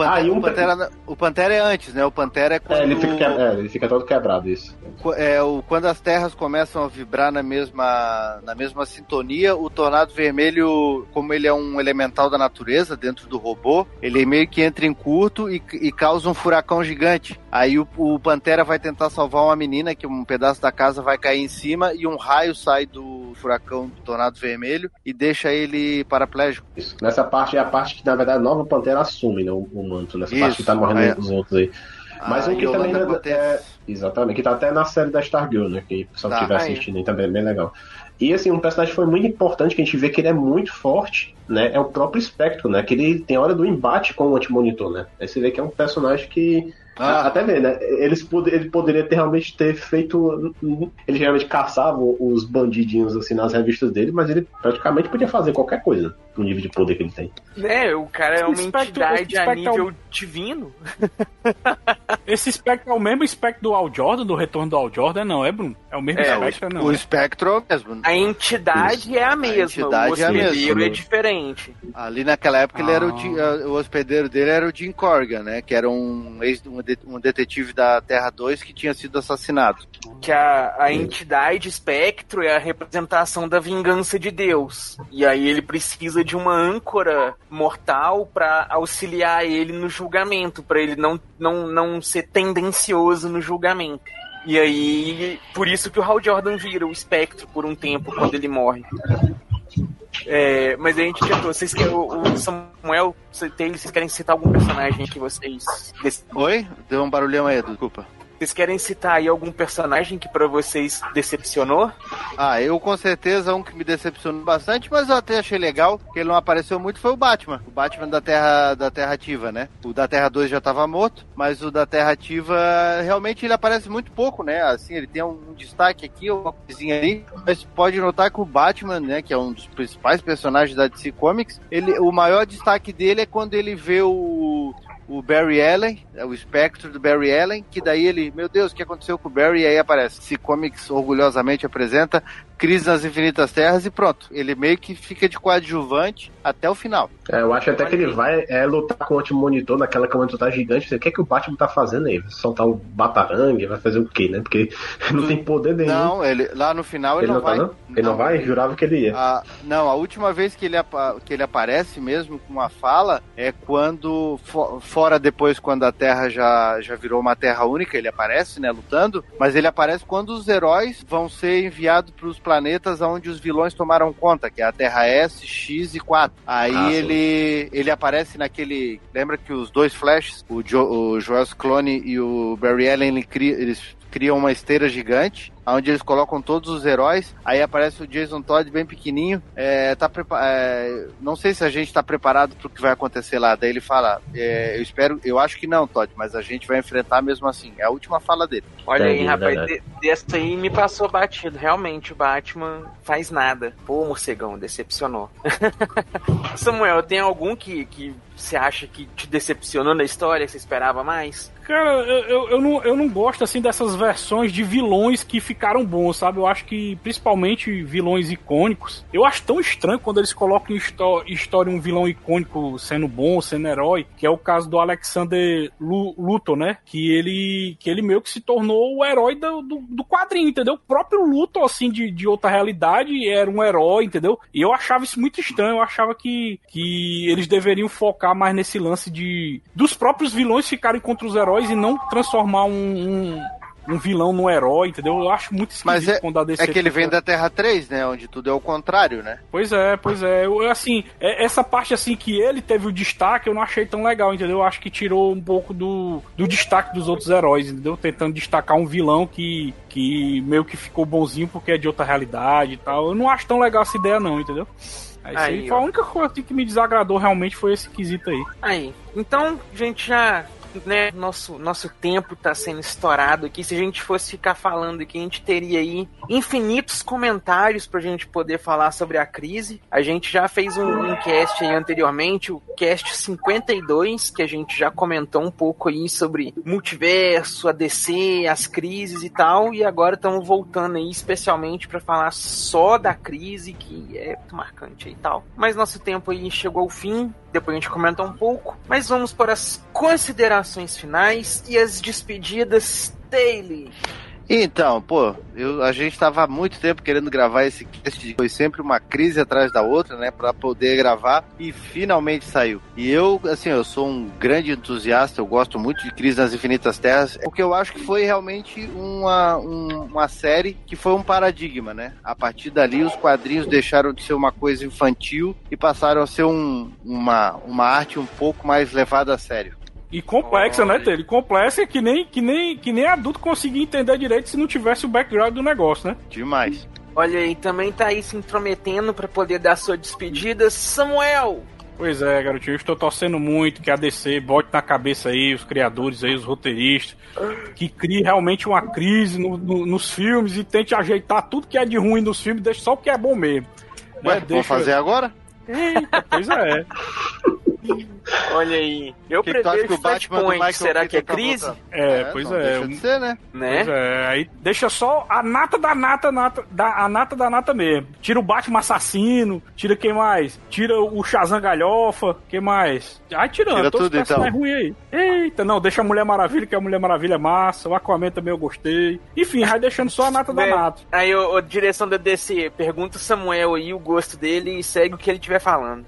O Pantera é antes, né? O Pantera é quando... ele fica todo quebrado, isso. Quando as terras começam a vibrar na mesma sintonia, o Tornado Vermelho, como ele é um elemental da natureza, dentro do robô, ele meio que entra em curto e causa um furacão gigante. Aí o Pantera vai tentar salvar uma menina, que um pedaço da casa vai cair em cima, e um raio sai do furacão do Tornado Vermelho e deixa ele paraplégico. Isso. Nessa parte é a parte que, na verdade, a nova Pantera assume, né, o manto. Nessa parte que tá morrendo os outros aí. Mas um que também exatamente, que tá até na série da Stargirl, né? Que o pessoal estiver assistindo aí também é bem legal. E assim, um personagem que foi muito importante, que a gente vê que ele é muito forte, né? É o próprio Spectro, né? Que ele tem hora do embate com o Antimonitor, né? Aí você vê que é um personagem que... Até ver, né? Ele poderia realmente ter feito... Ele geralmente caçava os bandidinhos assim nas revistas dele, mas ele praticamente podia fazer qualquer coisa no nível de poder que ele tem. O cara é uma entidade a nível divino. Esse Spectro é o mesmo Spectro do Hal Jordan, do Retorno do Hal Jordan? Não, é, Bruno? É o mesmo Spectro, não? O Spectro é o mesmo. A entidade é a mesma, o hospedeiro é diferente. Ali naquela época ele era o hospedeiro dele era o Jim Corrigan, né? Que era um detetive da Terra 2 que tinha sido assassinado. Que a entidade Spectro é a representação da vingança de Deus. E aí ele precisa de uma âncora mortal para auxiliar ele no julgamento, para ele não ser tendencioso no julgamento. E aí, por isso que o Hal Jordan vira o Spectro por um tempo, quando ele morre. Mas a gente já vocês querem, o Samuel, vocês querem citar algum personagem que vocês... Oi? Deu um barulhão aí, desculpa. Vocês querem citar aí algum personagem que pra vocês decepcionou? Eu com certeza um que me decepcionou bastante, mas eu até achei legal, que ele não apareceu muito, foi o Batman. O Batman da Terra Ativa, né? O da Terra 2 já tava morto, mas o da Terra Ativa, realmente ele aparece muito pouco, né? Assim, ele tem um destaque aqui, uma coisinha ali, mas pode notar que o Batman, né, que é um dos principais personagens da DC Comics, o maior destaque dele é quando ele vê o Barry Allen, o Spectro do Barry Allen, que daí ele, meu Deus, o que aconteceu com o Barry? E aí aparece, DC Comics orgulhosamente apresenta Crise nas Infinitas Terras e pronto, ele meio que fica de coadjuvante até o final. Eu acho até que ele vai lutar com o Antimonitor naquela que o Antimonitor tá gigante. O que é que o Batman tá fazendo aí? Vai soltar o Batarangue? Vai fazer o quê, né? Porque não tem poder nenhum. Não, lá no final ele não vai. Ele não vai? Jurava que ele ia. A última vez que ele aparece mesmo com uma fala é quando, fora depois, quando a Terra já virou uma Terra única, ele aparece, né, lutando, mas ele aparece quando os heróis vão ser enviados para os planetas onde os vilões tomaram conta, que é a Terra S, X e 4. Aí ele aparece naquele... Lembra que os dois Flashes, o Joel Clone e o Barry Allen, eles criam uma esteira gigante, onde eles colocam todos os heróis, aí aparece o Jason Todd bem pequenininho, não sei se a gente tá preparado pro que vai acontecer lá, daí ele fala, eu acho que não, Todd, mas a gente vai enfrentar mesmo assim, é a última fala dele. Olha aí, rapaz, dessa aí me passou batido, realmente, o Batman faz nada. Pô, morcegão, decepcionou. Samuel, tem algum que você acha que te decepcionou na história, que você esperava mais? Cara, eu não gosto, assim, dessas versões de vilões que ficaram bons, sabe? Eu acho que, principalmente, vilões icônicos, eu acho tão estranho quando eles colocam em história um vilão icônico sendo bom, sendo herói, que é o caso do Alexander Luthor, né? Que ele meio que se tornou o herói do quadrinho, entendeu? O próprio Luthor, assim, de outra realidade, era um herói, entendeu? E eu achava isso muito estranho, eu achava que eles deveriam focar mais nesse lance dos próprios vilões ficarem contra os heróis e não transformar um um vilão no herói, entendeu? Eu acho muito esquisito quando a DC... É que ele vem da Terra 3, né? Onde tudo é o contrário, né? Pois é. Assim, essa parte assim que ele teve o destaque, eu não achei tão legal, entendeu? Eu acho que tirou um pouco do destaque dos outros heróis, entendeu? Tentando destacar um vilão que meio que ficou bonzinho porque é de outra realidade e tal. Eu não acho tão legal essa ideia não, entendeu? Aí foi a única coisa que me desagradou realmente foi esse quesito aí. Aí, então, gente, já... né, nosso tempo tá sendo estourado aqui. Se a gente fosse ficar falando aqui, a gente teria aí infinitos comentários pra gente poder falar sobre a crise. A gente já fez um cast aí anteriormente, o cast 52, que a gente já comentou um pouco aí sobre multiverso, a DC, as crises e tal, e agora estamos voltando aí especialmente pra falar só da crise, que é muito marcante aí e tal. Mas nosso tempo aí chegou ao fim. Depois a gente comenta um pouco, mas vamos para as considerações finais e as despedidas daily. Então, pô, a gente tava há muito tempo querendo gravar esse cast, foi sempre uma crise atrás da outra, né, pra poder gravar, e finalmente saiu. E eu sou um grande entusiasta, eu gosto muito de Crise nas Infinitas Terras, porque eu acho que foi realmente uma série que foi um paradigma, né? A partir dali, os quadrinhos deixaram de ser uma coisa infantil e passaram a ser uma arte um pouco mais levada a sério. E complexa, né, Tele? Complexa que nem adulto conseguia entender direito se não tivesse o background do negócio, né? Demais. Olha aí, também tá aí se intrometendo pra poder dar sua despedida, Samuel! Pois é, garotinho, eu estou torcendo muito que a DC bote na cabeça aí os criadores aí, os roteiristas, que crie realmente uma crise nos filmes e tente ajeitar tudo que é de ruim nos filmes, deixa só o que é bom mesmo. Ué, vamos fazer agora? Eita, pois é. Olha aí. Eu prevejo que o Flashpoint, será que é crise? Pois não, é. Deixa de ser, né? Pois é, aí deixa só a nata da nata mesmo. Tira o Batman assassino, tira quem mais? Tira o Shazam galhofa, quem mais? Aí tirando, tira todos tudo, os personagens ruins aí. Eita, não, deixa a Mulher Maravilha, que a Mulher Maravilha é massa, o Aquaman também eu gostei. Enfim, vai deixando só a nata da nata. Aí, direção da DC, pergunta o Samuel aí o gosto dele e segue o que ele estiver falando.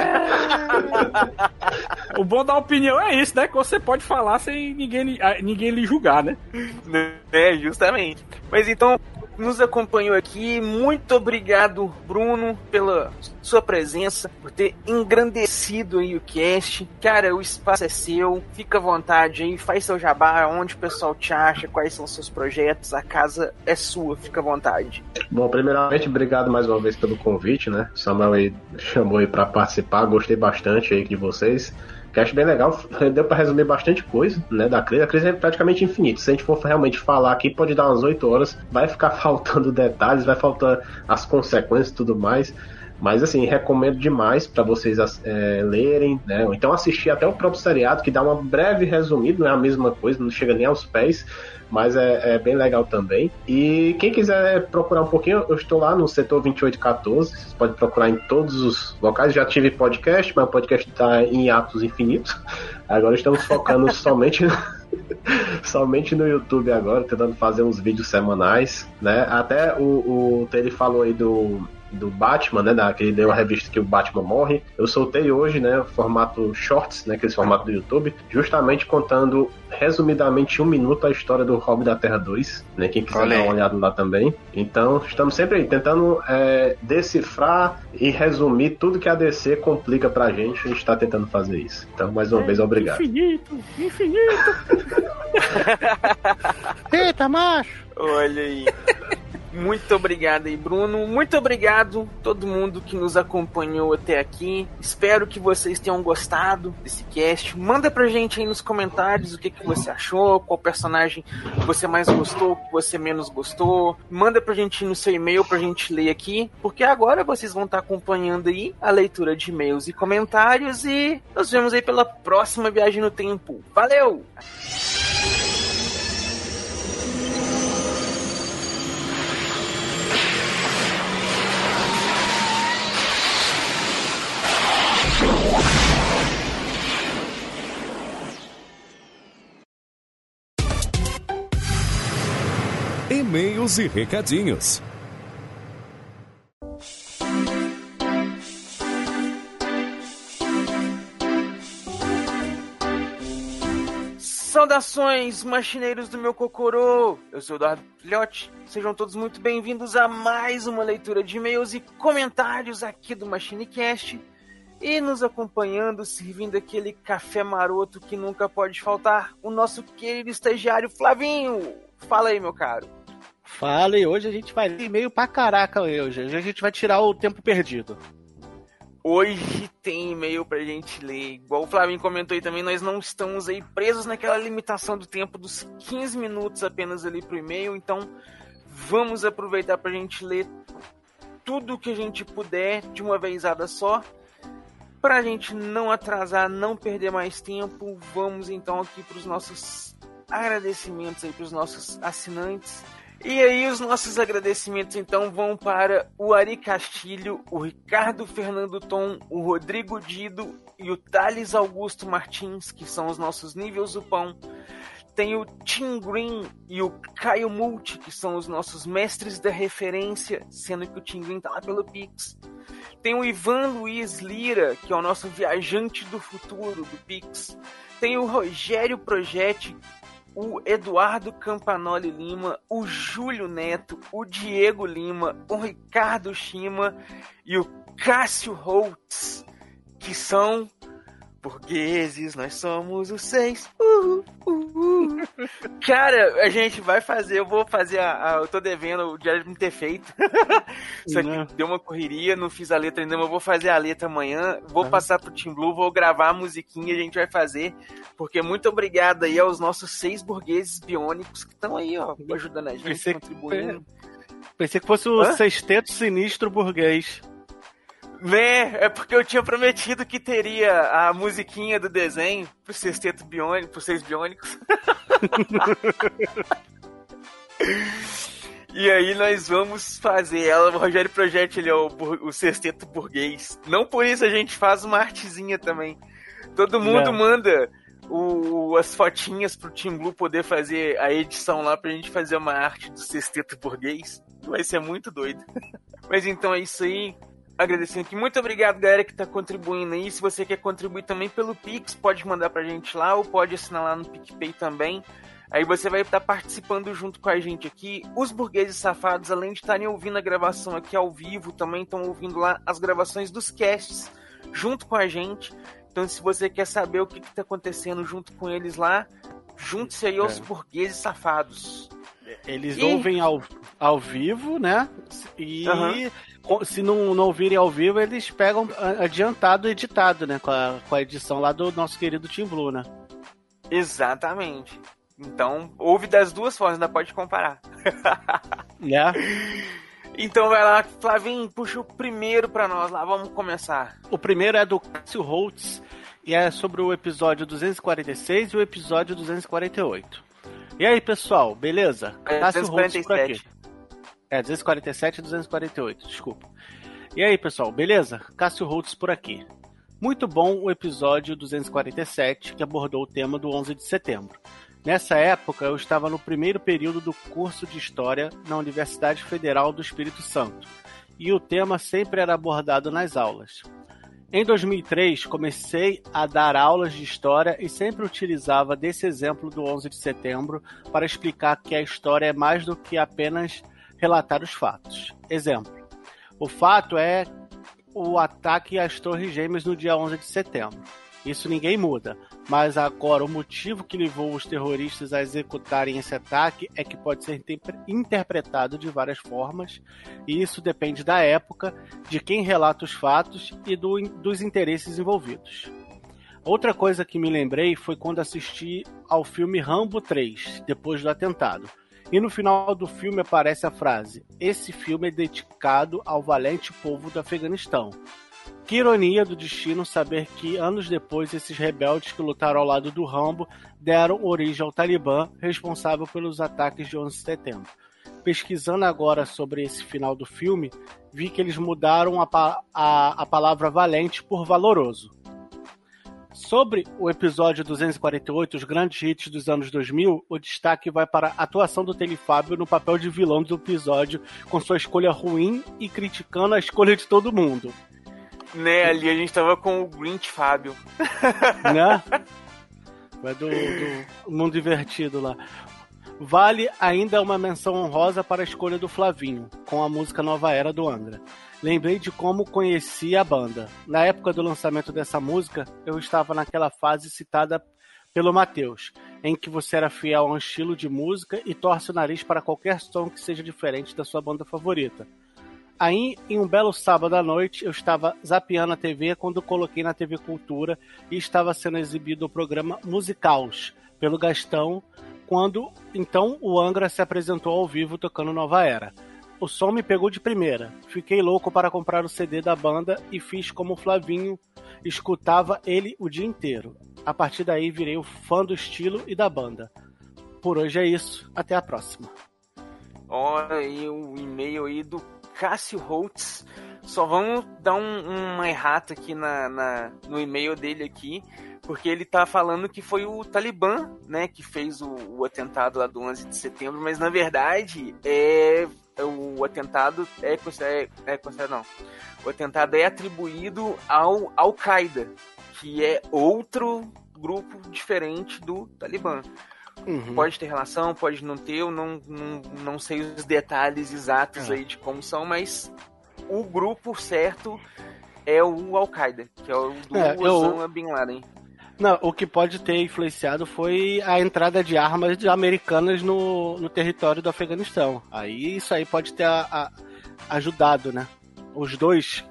O bom da opinião é isso, né? Que você pode falar sem ninguém lhe julgar, né? Justamente. Mas então, nos acompanhou aqui. Muito obrigado, Bruno, pela sua presença, por ter engrandecido aí o cast. Cara, o espaço é seu. Fica à vontade aí, faz seu jabá, onde o pessoal te acha, quais são os seus projetos. A casa é sua, fica à vontade. Bom, primeiramente, obrigado mais uma vez pelo convite, né? O Samuel aí chamou aí pra participar, gostei bastante aí de vocês. Cast bem legal, deu pra resumir bastante coisa, né, da crise. A crise é praticamente infinita. Se a gente for realmente falar aqui, pode dar umas 8 horas, vai ficar faltando detalhes, vai faltar as consequências e tudo mais. Mas assim, recomendo demais para vocês lerem, né? Ou então assistir até o próprio seriado, que dá uma breve resumida, não é a mesma coisa, não chega nem aos pés, mas é bem legal também. E quem quiser procurar um pouquinho, eu estou lá no setor 2814, vocês podem procurar em todos os locais. Já tive podcast, mas o podcast está em atos infinitos. Agora estamos focando somente no YouTube agora, tentando fazer uns vídeos semanais, né? Até o Terry falou aí do Batman, né, que ele deu a revista que o Batman morre. Eu soltei hoje, né, o formato Shorts, né, aquele formato do YouTube, justamente contando resumidamente 1 minuto a história do Robin da Terra 2, né, quem quiser dar uma olhada lá também. Então, estamos sempre aí, tentando decifrar e resumir tudo que a DC complica pra gente, a gente tá tentando fazer isso. Então, mais uma vez, obrigado. Infinito! Eita, macho! Olha aí. Muito obrigado aí, Bruno. Muito obrigado a todo mundo que nos acompanhou até aqui. Espero que vocês tenham gostado desse cast. Manda pra gente aí nos comentários o que você achou, qual personagem você mais gostou, que você menos gostou. Manda pra gente no seu e-mail pra gente ler aqui, porque agora vocês vão estar acompanhando aí a leitura de e-mails e comentários e nos vemos aí pela próxima viagem no tempo. Valeu! E-mails e recadinhos. Saudações, machineiros do meu cocorô! Eu sou o Eduardo Filhote. Sejam todos muito bem-vindos a mais uma leitura de e-mails e comentários aqui do MachineCast. E nos acompanhando, servindo aquele café maroto que nunca pode faltar, o nosso querido estagiário Flavinho. Fala aí, meu caro. Fala, e hoje a gente vai ler e-mail pra caraca. Hoje a gente vai tirar o tempo perdido. Hoje tem e-mail pra gente ler. Igual o Flavinho comentou aí também, nós não estamos aí presos naquela limitação do tempo dos 15 minutos apenas ali pro e-mail. Então, vamos aproveitar pra gente ler tudo que a gente puder de uma vezada só. Pra gente não atrasar, não perder mais tempo, vamos então aqui pros nossos agradecimentos aí pros nossos assinantes. E aí os nossos agradecimentos então vão para o Ari Castilho, o Ricardo Fernando Tom, o Rodrigo Dido e o Thales Augusto Martins, que são os nossos níveis do pão. Tem o Tim Green e o Caio Multi, que são os nossos mestres da referência, sendo que o Tim Green tá lá pelo Pix. Tem o Ivan Luiz Lira, que é o nosso viajante do futuro do Pix. Tem o Rogério Projetti, o Eduardo Campanoli Lima, o Júlio Neto, o Diego Lima, o Ricardo Shima e o Cássio Holtz, que são burgueses, nós somos os 6. Cara, a gente vai fazer, eu vou fazer eu tô devendo o diário de me ter feito. Só que deu uma correria, não fiz a letra ainda, mas eu vou fazer a letra amanhã, vou passar pro Team Blue, vou gravar a musiquinha, a gente vai fazer, porque muito obrigado aí aos nossos 6 burgueses biônicos que estão aí, ó, ajudando a gente, contribuindo. Pensei que fosse o sexteto sinistro burguês. É porque eu tinha prometido que teria a musiquinha do desenho pro sexteto biônico, pros 6 biônicos. E aí nós vamos fazer ela. O Rogério Projetti, ele é o sexteto burguês. Não por isso a gente faz uma artezinha também. Todo mundo manda as fotinhas pro Team Blue poder fazer a edição lá pra gente fazer uma arte do sexteto burguês. Vai ser muito doido. Mas então é isso aí. Agradecendo aqui. Muito obrigado, galera, que tá contribuindo aí. Se você quer contribuir também pelo Pix, pode mandar pra gente lá ou pode assinar lá no PicPay também. Aí você vai estar participando junto com a gente aqui. Os burgueses safados, além de estarem ouvindo a gravação aqui ao vivo, também estão ouvindo lá as gravações dos casts junto com a gente. Então, se você quer saber o que tá acontecendo junto com eles lá, junte-se aí aos burgueses safados. Eles ouvem ao vivo, né? E se não ouvirem ao vivo, eles pegam adiantado e editado, né? Com a edição lá do nosso querido Team Blue, né? Exatamente. Então, ouve das duas formas, ainda pode comparar. Então vai lá, Flavinho, puxa o primeiro pra nós lá, vamos começar. O primeiro é do Cássio Holtz e é sobre o episódio 246 e o episódio 248. E aí, pessoal, beleza? Cássio Holtz por aqui. 247 e 248, desculpa. E aí, pessoal, beleza? Cássio Holtz por aqui. Muito bom o episódio 247, que abordou o tema do 11 de setembro. Nessa época, eu estava no primeiro período do curso de História na Universidade Federal do Espírito Santo, e o tema sempre era abordado nas aulas. Em 2003, comecei a dar aulas de história e sempre utilizava desse exemplo do 11 de setembro para explicar que a história é mais do que apenas relatar os fatos. Exemplo, o fato é o ataque às Torres Gêmeas no dia 11 de setembro. Isso ninguém muda, mas agora o motivo que levou os terroristas a executarem esse ataque é que pode ser interpretado de várias formas, e isso depende da época, de quem relata os fatos e dos interesses envolvidos. Outra coisa que me lembrei foi quando assisti ao filme Rambo 3, depois do atentado. E no final do filme aparece a frase: "Esse filme é dedicado ao valente povo do Afeganistão." Que ironia do destino saber que, anos depois, esses rebeldes que lutaram ao lado do Rambo deram origem ao Talibã, responsável pelos ataques de 11 de setembro. Pesquisando agora sobre esse final do filme, vi que eles mudaram a palavra valente por valoroso. Sobre o episódio 248, os grandes hits dos anos 2000, o destaque vai para a atuação do Telefábio no papel de vilão do episódio, com sua escolha ruim e criticando a escolha de todo mundo. Né, ali a gente tava com o Grinch Fábio. Né? Vai do mundo invertido lá. Vale ainda uma menção honrosa para a escolha do Flavinho, com a música Nova Era do Angra. Lembrei de como conheci a banda. Na época do lançamento dessa música, eu estava naquela fase citada pelo Matheus, em que você era fiel a um estilo de música e torce o nariz para qualquer som que seja diferente da sua banda favorita. Aí, em um belo sábado à noite, eu estava zapeando a TV quando coloquei na TV Cultura e estava sendo exibido o programa Musicaus, pelo Gastão, quando então o Angra se apresentou ao vivo tocando Nova Era. O som me pegou de primeira. Fiquei louco para comprar o CD da banda e fiz como o Flavinho, escutava ele o dia inteiro. A partir daí virei o fã do estilo e da banda. Por hoje é isso. Até a próxima. Olha aí o e-mail aí do Cássio Holtz. Só vamos dar uma errata aqui no e-mail dele aqui, porque ele tá falando que foi o Talibã, né, que fez o atentado lá do 11 de setembro, mas na verdade o atentado o atentado é atribuído ao Al-Qaeda, que é outro grupo diferente do Talibã. Uhum. Pode ter relação, pode não ter, eu não sei os detalhes exatos aí de como são, mas o grupo certo é o Al-Qaeda, que é o do Osama Bin Laden. Não, o que pode ter influenciado foi a entrada de armas americanas no território do Afeganistão. Aí isso aí pode ter ajudado, né? Os dois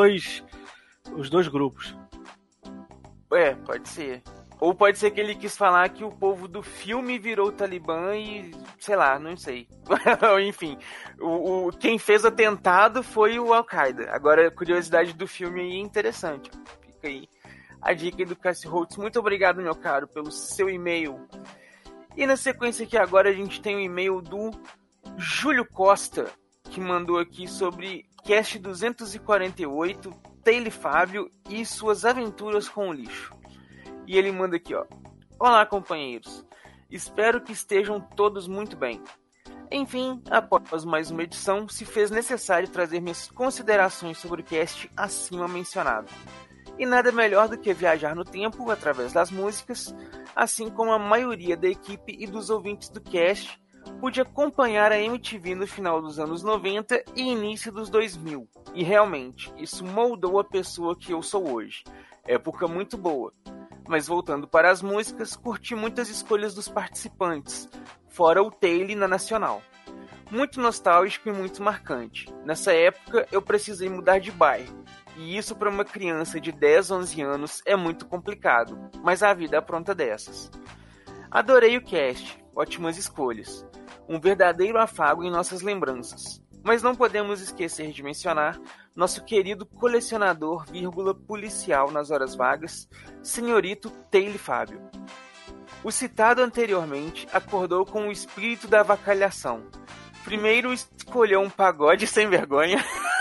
grupos. Pode ser. Ou pode ser que ele quis falar que o povo do filme virou o Talibã e, sei lá, não sei. Enfim, quem fez o atentado foi o Al-Qaeda. Agora, a curiosidade do filme aí é interessante. Fica aí a dica aí do Cássio Holtz. Muito obrigado, meu caro, pelo seu e-mail. E na sequência aqui agora a gente tem o e-mail do Júlio Costa, que mandou aqui sobre Cast 248, Taylor Fábio e suas aventuras com o lixo. E ele manda aqui, ó. Olá, companheiros. Espero que estejam todos muito bem. Enfim, após mais uma edição, se fez necessário trazer minhas considerações sobre o cast acima mencionado. E nada melhor do que viajar no tempo através das músicas, assim como a maioria da equipe e dos ouvintes do cast pude acompanhar a MTV no final dos anos 90 e início dos 2000. E realmente, isso moldou a pessoa que eu sou hoje. Época muito boa. Mas voltando para as músicas, curti muitas escolhas dos participantes, fora o Taylor na Nacional. Muito nostálgico e muito marcante. Nessa época, eu precisei mudar de bairro. E isso para uma criança de 10, 11 anos é muito complicado, mas a vida apronta dessas. Adorei o cast, ótimas escolhas. Um verdadeiro afago em nossas lembranças. Mas não podemos esquecer de mencionar nosso querido colecionador, policial nas horas vagas, senhorito Taylor Fábio. O citado anteriormente acordou com o espírito da avacalhação. Primeiro escolheu um pagode sem vergonha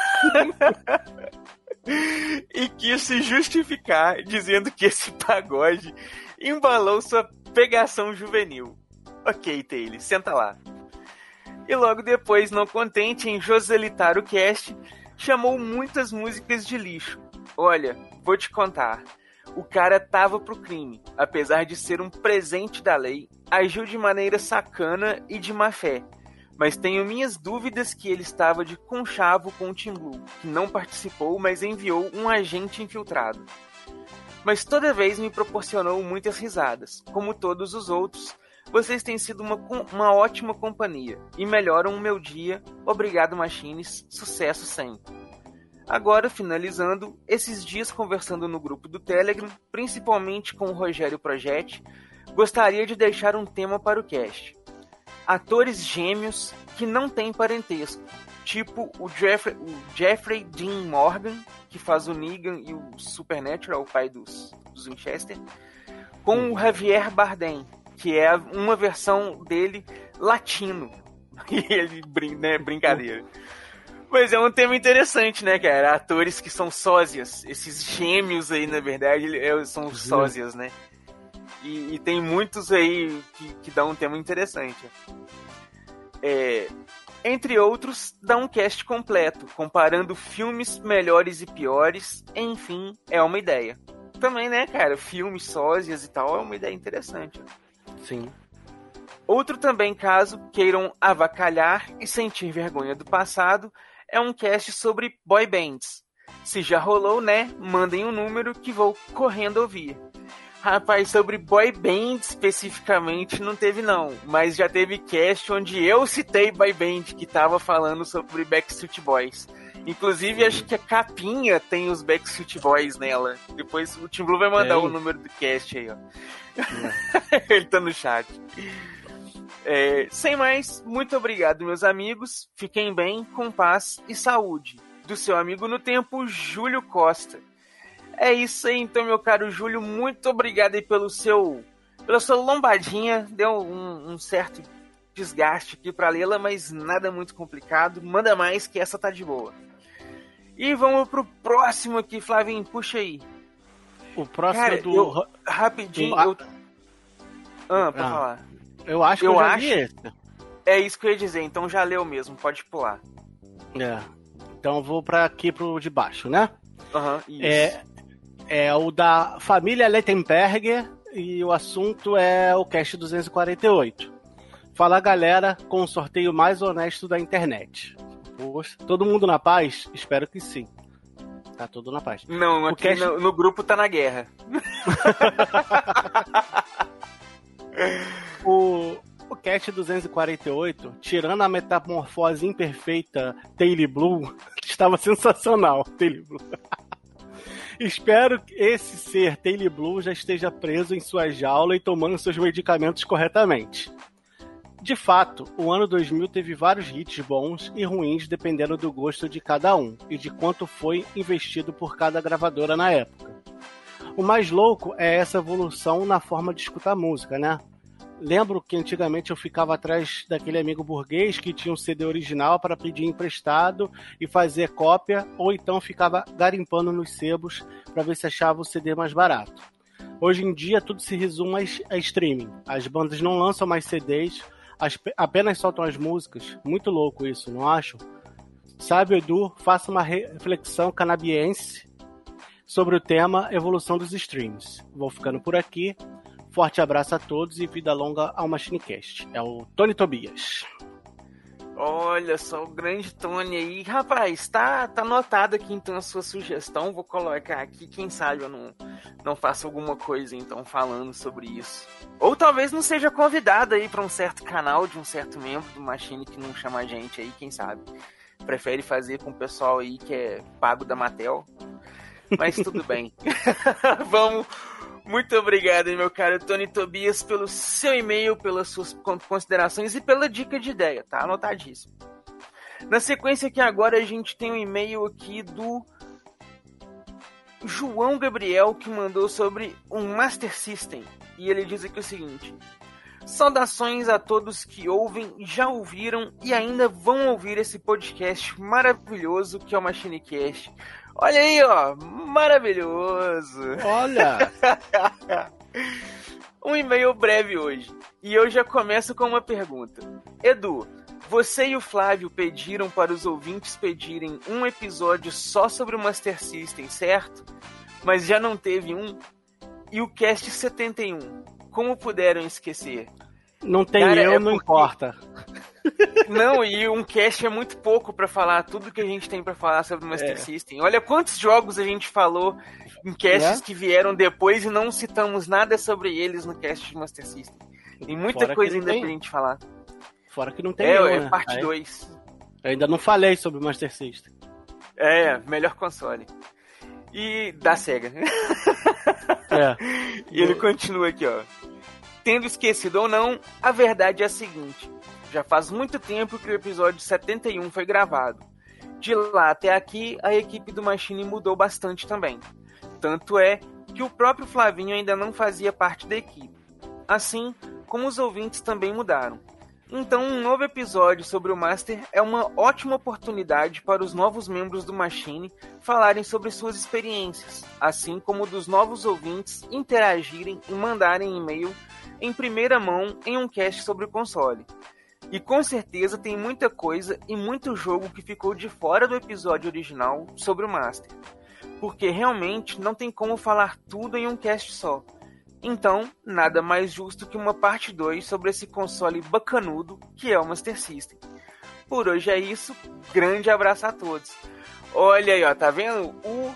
e quis se justificar dizendo que esse pagode embalou sua pegação juvenil. Ok, Taylor, senta lá. E logo depois, não contente em joselitar o cast, chamou muitas músicas de lixo. Olha, vou te contar. O cara tava pro crime. Apesar de ser um presente da lei, agiu de maneira sacana e de má fé. Mas tenho minhas dúvidas que ele estava de conchavo com o Tim Blue, que não participou, mas enviou um agente infiltrado. Mas toda vez me proporcionou muitas risadas. Como todos os outros, vocês têm sido uma ótima companhia e melhoram o meu dia. Obrigado, Machines. Sucesso sempre. Agora, finalizando, esses dias conversando no grupo do Telegram, principalmente com o Rogério Projetti, gostaria de deixar um tema para o cast. Atores gêmeos que não têm parentesco, tipo o Jeffrey Dean Morgan, que faz o Negan e o Supernatural, o pai dos Winchester, com o Javier Bardem, que é uma versão dele latino. E ele, né, brincadeira. Mas é um tema interessante, né, cara? Atores que são sósias. Esses gêmeos aí, na verdade, são sósias, né? E tem muitos aí que dão um tema interessante. Entre outros, dá um cast completo, comparando filmes melhores e piores. Enfim, é uma ideia. também, né, cara? Filmes, sósias e tal, é uma ideia interessante. Sim. Outro também, caso queiram avacalhar e sentir vergonha do passado, é um cast sobre boy bands. Se já rolou, né? Mandem um número que vou correndo ouvir. Rapaz, sobre boy band especificamente não teve não, mas já teve cast onde eu citei boy band que tava falando sobre Backstreet Boys. Inclusive, acho que a capinha tem os Backstreet Boys nela. Depois o Tim Blue vai mandar o número do cast aí, ó. Ele tá no chat. Sem mais, muito obrigado, meus amigos. Fiquem bem, com paz e saúde. Do seu amigo no tempo, Júlio Costa. É isso aí, então, meu caro Júlio. Muito obrigado aí pela sua lombadinha. Deu um certo desgaste aqui pra lê-la, mas nada muito complicado. Manda mais que essa tá de boa. E vamos pro próximo aqui, Flavinho. Puxa aí. O próximo cara, do... rapidinho, pra falar. Eu acho que eu já vi esse. É isso que eu ia dizer, então já leu mesmo, pode pular. Então eu vou aqui pro de baixo, né? Isso. É o da família Lettenberger e o assunto é o cast 248. Fala, galera, com o sorteio mais honesto da internet. Poxa, todo mundo na paz? Espero que sim. Tá tudo na paz. Não, aqui cast... no grupo tá na guerra. O cast 248, tirando a metamorfose imperfeita Taylor Blue, estava sensacional. Taylor Blue. Espero que esse ser Taylor Blue já esteja preso em sua jaula e tomando seus medicamentos corretamente. De fato, o ano 2000 teve vários hits bons e ruins dependendo do gosto de cada um e de quanto foi investido por cada gravadora na época. O mais louco é essa evolução na forma de escutar música, né? Lembro que antigamente eu ficava atrás daquele amigo burguês que tinha um CD original para pedir emprestado e fazer cópia, ou então ficava garimpando nos sebos para ver se achava o CD mais barato. Hoje em dia tudo se resume a streaming. As bandas não lançam mais CDs, apenas soltam as músicas. Muito louco isso, não acho? Sabe, Edu, faça uma reflexão canabiense sobre o tema evolução dos streams. Vou ficando por aqui. Forte abraço a todos e vida longa ao MachineCast. É o Tony Tobias. Olha só, o grande Tony aí. Rapaz, tá anotado aqui então a sua sugestão. Vou colocar aqui, quem sabe eu não faço alguma coisa então falando sobre isso. Ou talvez não seja convidado aí pra um certo canal de um certo membro do Machine que não chama a gente aí, quem sabe. Prefere fazer com o pessoal aí que é pago da Mattel. Mas tudo bem. Vamos... Muito obrigado, meu caro Tony Tobias, pelo seu e-mail, pelas suas considerações e pela dica de ideia, tá anotadíssimo. Na sequência aqui agora a gente tem um e-mail aqui do João Gabriel, que mandou sobre um Master System. E ele diz aqui o seguinte: saudações a todos que ouvem, já ouviram e ainda vão ouvir esse podcast maravilhoso que é o MachineCast. Olha aí, ó, maravilhoso. Olha! Um e-mail breve hoje. E eu já começo com uma pergunta. Edu, você e o Flávio pediram para os ouvintes pedirem um episódio só sobre o Master System, certo? Mas já não teve um? E o cast 71? Como puderam esquecer? Não tem cara, não importa. Não, e um cast é muito pouco pra falar tudo que a gente tem pra falar sobre o Master System. Olha quantos jogos a gente falou em casts que vieram depois e não citamos nada sobre eles no cast de Master System. Tem muita coisa ainda pra gente falar. Fora que não tem né? Parte 2. Eu ainda não falei sobre o Master System. Melhor console. E da SEGA. E ele continua aqui, ó. Tendo esquecido ou não, a verdade é a seguinte: já faz muito tempo que o episódio 71 foi gravado. De lá até aqui, a equipe do Machine mudou bastante também. Tanto é que o próprio Flavinho ainda não fazia parte da equipe. Assim como os ouvintes também mudaram. Então um novo episódio sobre o Master é uma ótima oportunidade para os novos membros do Machine falarem sobre suas experiências, assim como dos novos ouvintes interagirem e mandarem e-mail em primeira mão em um cast sobre o console. E com certeza tem muita coisa e muito jogo que ficou de fora do episódio original sobre o Master. porque realmente não tem como falar tudo em um cast só. Então, nada mais justo que uma parte 2 sobre esse console bacanudo que é o Master System. Por hoje é isso, grande abraço a todos. Olha aí, ó, tá vendo?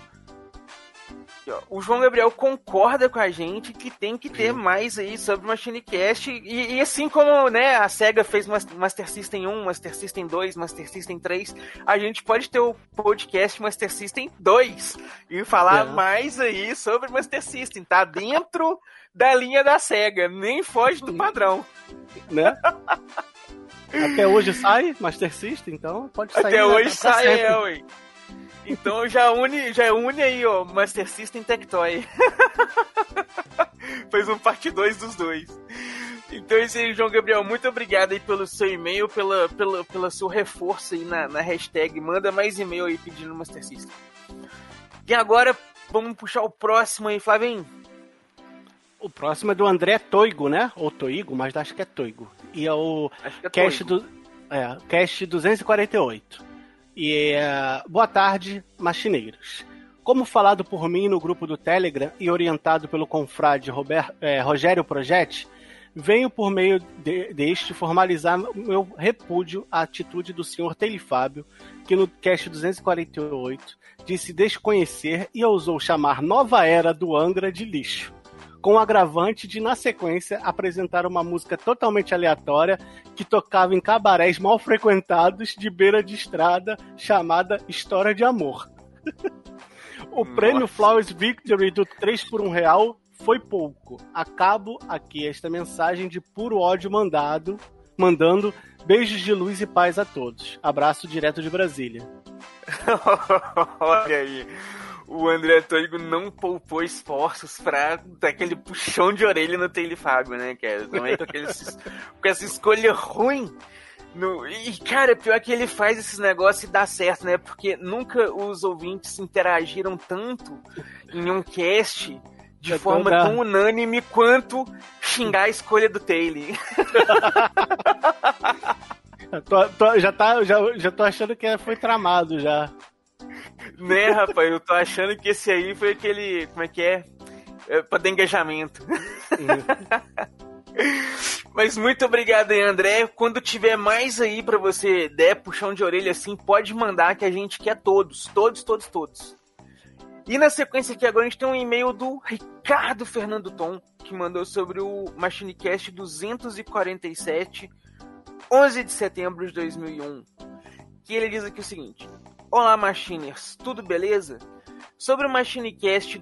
O João Gabriel concorda com a gente que tem que ter mais aí sobre MachineCast e assim como, né, a SEGA fez Master System 1, Master System 2, Master System 3, a gente pode ter o podcast Master System 2 e falar mais aí sobre Master System, tá dentro da linha da SEGA, nem foge do padrão. Né? Até hoje sai Master System, então pode sair. Até hoje sai, ué. Então já une aí, ó, Master System Tectoy. Faz um parte 2 dos dois. Então esse aí, João Gabriel, muito obrigado aí pelo seu e-mail, pelo seu reforço aí na hashtag. Manda mais e-mail aí pedindo Master System. E agora, vamos puxar o próximo aí, Flavinho. O próximo é do André Toigo, né? Ou Toigo, mas acho que é Toigo. E é o Cast 248. E boa tarde, machineiros. Como falado por mim no grupo do Telegram e orientado pelo confrade Rogério Projetti, venho por meio deste formalizar meu repúdio à atitude do senhor Telefábio, que no Cast 248 disse desconhecer e ousou chamar Nova Era do Angra de lixo, com o agravante de, na sequência, apresentar uma música totalmente aleatória que tocava em cabarés mal frequentados de beira de estrada, chamada História de Amor. O prêmio Flowers Victory do 3 por R$1 foi pouco. Acabo aqui esta mensagem de puro ódio mandando beijos de luz e paz a todos. Abraço direto de Brasília. Olha aí. O André Toigo não poupou esforços pra dar aquele puxão de orelha no Telefábio, né, cara? Também com essa escolha ruim. E, cara, pior que ele faz esses negócios e dá certo, né? Porque nunca os ouvintes interagiram tanto em um cast de forma tão unânime quanto xingar a escolha do Taylor. Já tô achando que foi tramado já. Né, rapaz, eu tô achando que esse aí foi aquele, como é que é? Pra dar engajamento. Mas muito obrigado aí, André. Quando tiver mais aí pra você der puxão de orelha assim, pode mandar que a gente quer todos. E na sequência aqui agora a gente tem um e-mail do Ricardo Fernando Tom, que mandou sobre o MachineCast 247, 11 de setembro de 2001. Que ele diz aqui o seguinte: olá, Machiners, tudo beleza? Sobre o MachineCast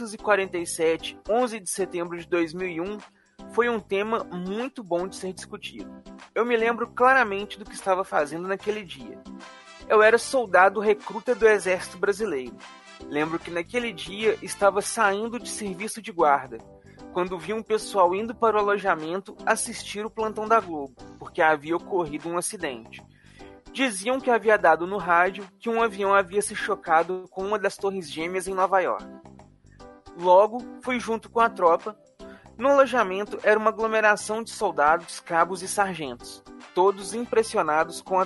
247, 11 de setembro de 2001, foi um tema muito bom de ser discutido. Eu me lembro claramente do que estava fazendo naquele dia. Eu era soldado recruta do Exército Brasileiro. Lembro que naquele dia estava saindo de serviço de guarda, quando vi um pessoal indo para o alojamento assistir o plantão da Globo, porque havia ocorrido um acidente. Diziam que havia dado no rádio que um avião havia se chocado com uma das torres gêmeas em Nova York. Logo, fui junto com a tropa. No alojamento era uma aglomeração de soldados, cabos e sargentos, todos impressionados com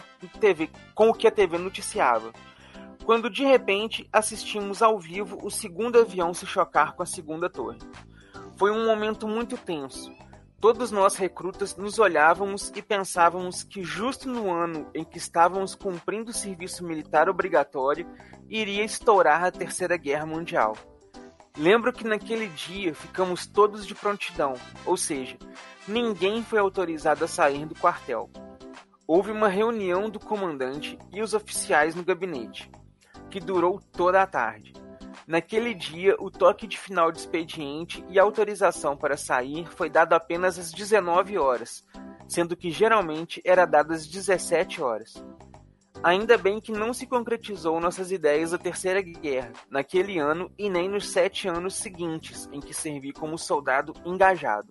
o que a TV noticiava. Quando de repente assistimos ao vivo o segundo avião se chocar com a segunda torre. Foi um momento muito tenso. Todos nós recrutas nos olhávamos e pensávamos que justo no ano em que estávamos cumprindo o serviço militar obrigatório, iria estourar a Terceira Guerra Mundial. Lembro que naquele dia ficamos todos de prontidão, ou seja, ninguém foi autorizado a sair do quartel. Houve uma reunião do comandante e os oficiais no gabinete, que durou toda a tarde. Naquele dia, o toque de final de expediente e a autorização para sair foi dado apenas às 19 horas, sendo que geralmente era dado às 17 horas. Ainda bem que não se concretizou nossas ideias da Terceira Guerra, naquele ano e nem nos 7 anos seguintes, em que servi como soldado engajado.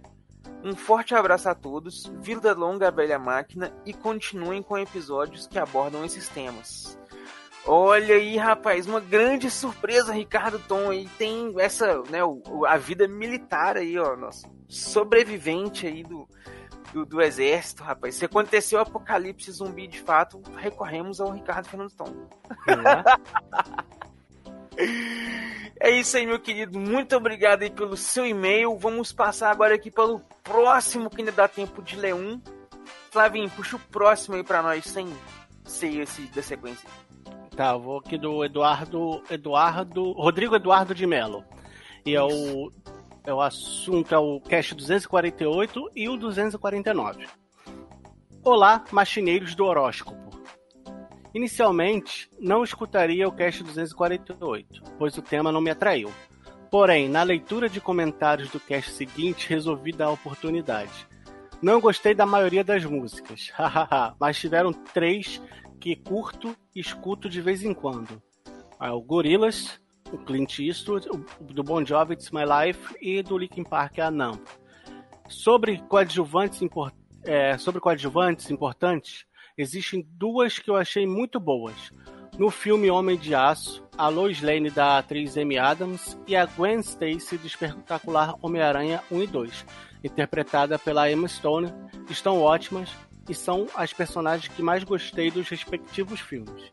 Um forte abraço a todos, vida longa à velha máquina e continuem com episódios que abordam esses temas. Olha aí, rapaz, uma grande surpresa, Ricardo Tom, aí tem essa, né, a vida militar aí, ó, nosso sobrevivente aí do exército, rapaz. Se aconteceu o apocalipse zumbi de fato, recorremos ao Ricardo Fernando Tom. É isso aí, meu querido. Muito obrigado aí pelo seu e-mail. Vamos passar agora aqui pelo próximo, que ainda dá tempo de ler um. Flavinho, puxa o próximo aí pra nós, sem ser esse da sequência. Tá, eu vou aqui do Rodrigo Eduardo de Mello. E o assunto é o cast 248 e o 249. Olá, machineiros do horóscopo. Inicialmente, não escutaria o cast 248, pois o tema não me atraiu. Porém, na leitura de comentários do cast seguinte, resolvi dar a oportunidade. Não gostei da maioria das músicas, mas tiveram 3 que curto e escuto de vez em quando. O Gorillaz, o Clint Eastwood, do Bon Jovi, It's My Life, e do Linkin Park, a Numb. Sobre coadjuvantes importantes, existem 2 que eu achei muito boas. No filme Homem de Aço, a Lois Lane da atriz Amy Adams e a Gwen Stacy do espetacular Homem-Aranha 1 e 2, interpretada pela Emma Stone, estão ótimas e são as personagens que mais gostei dos respectivos filmes.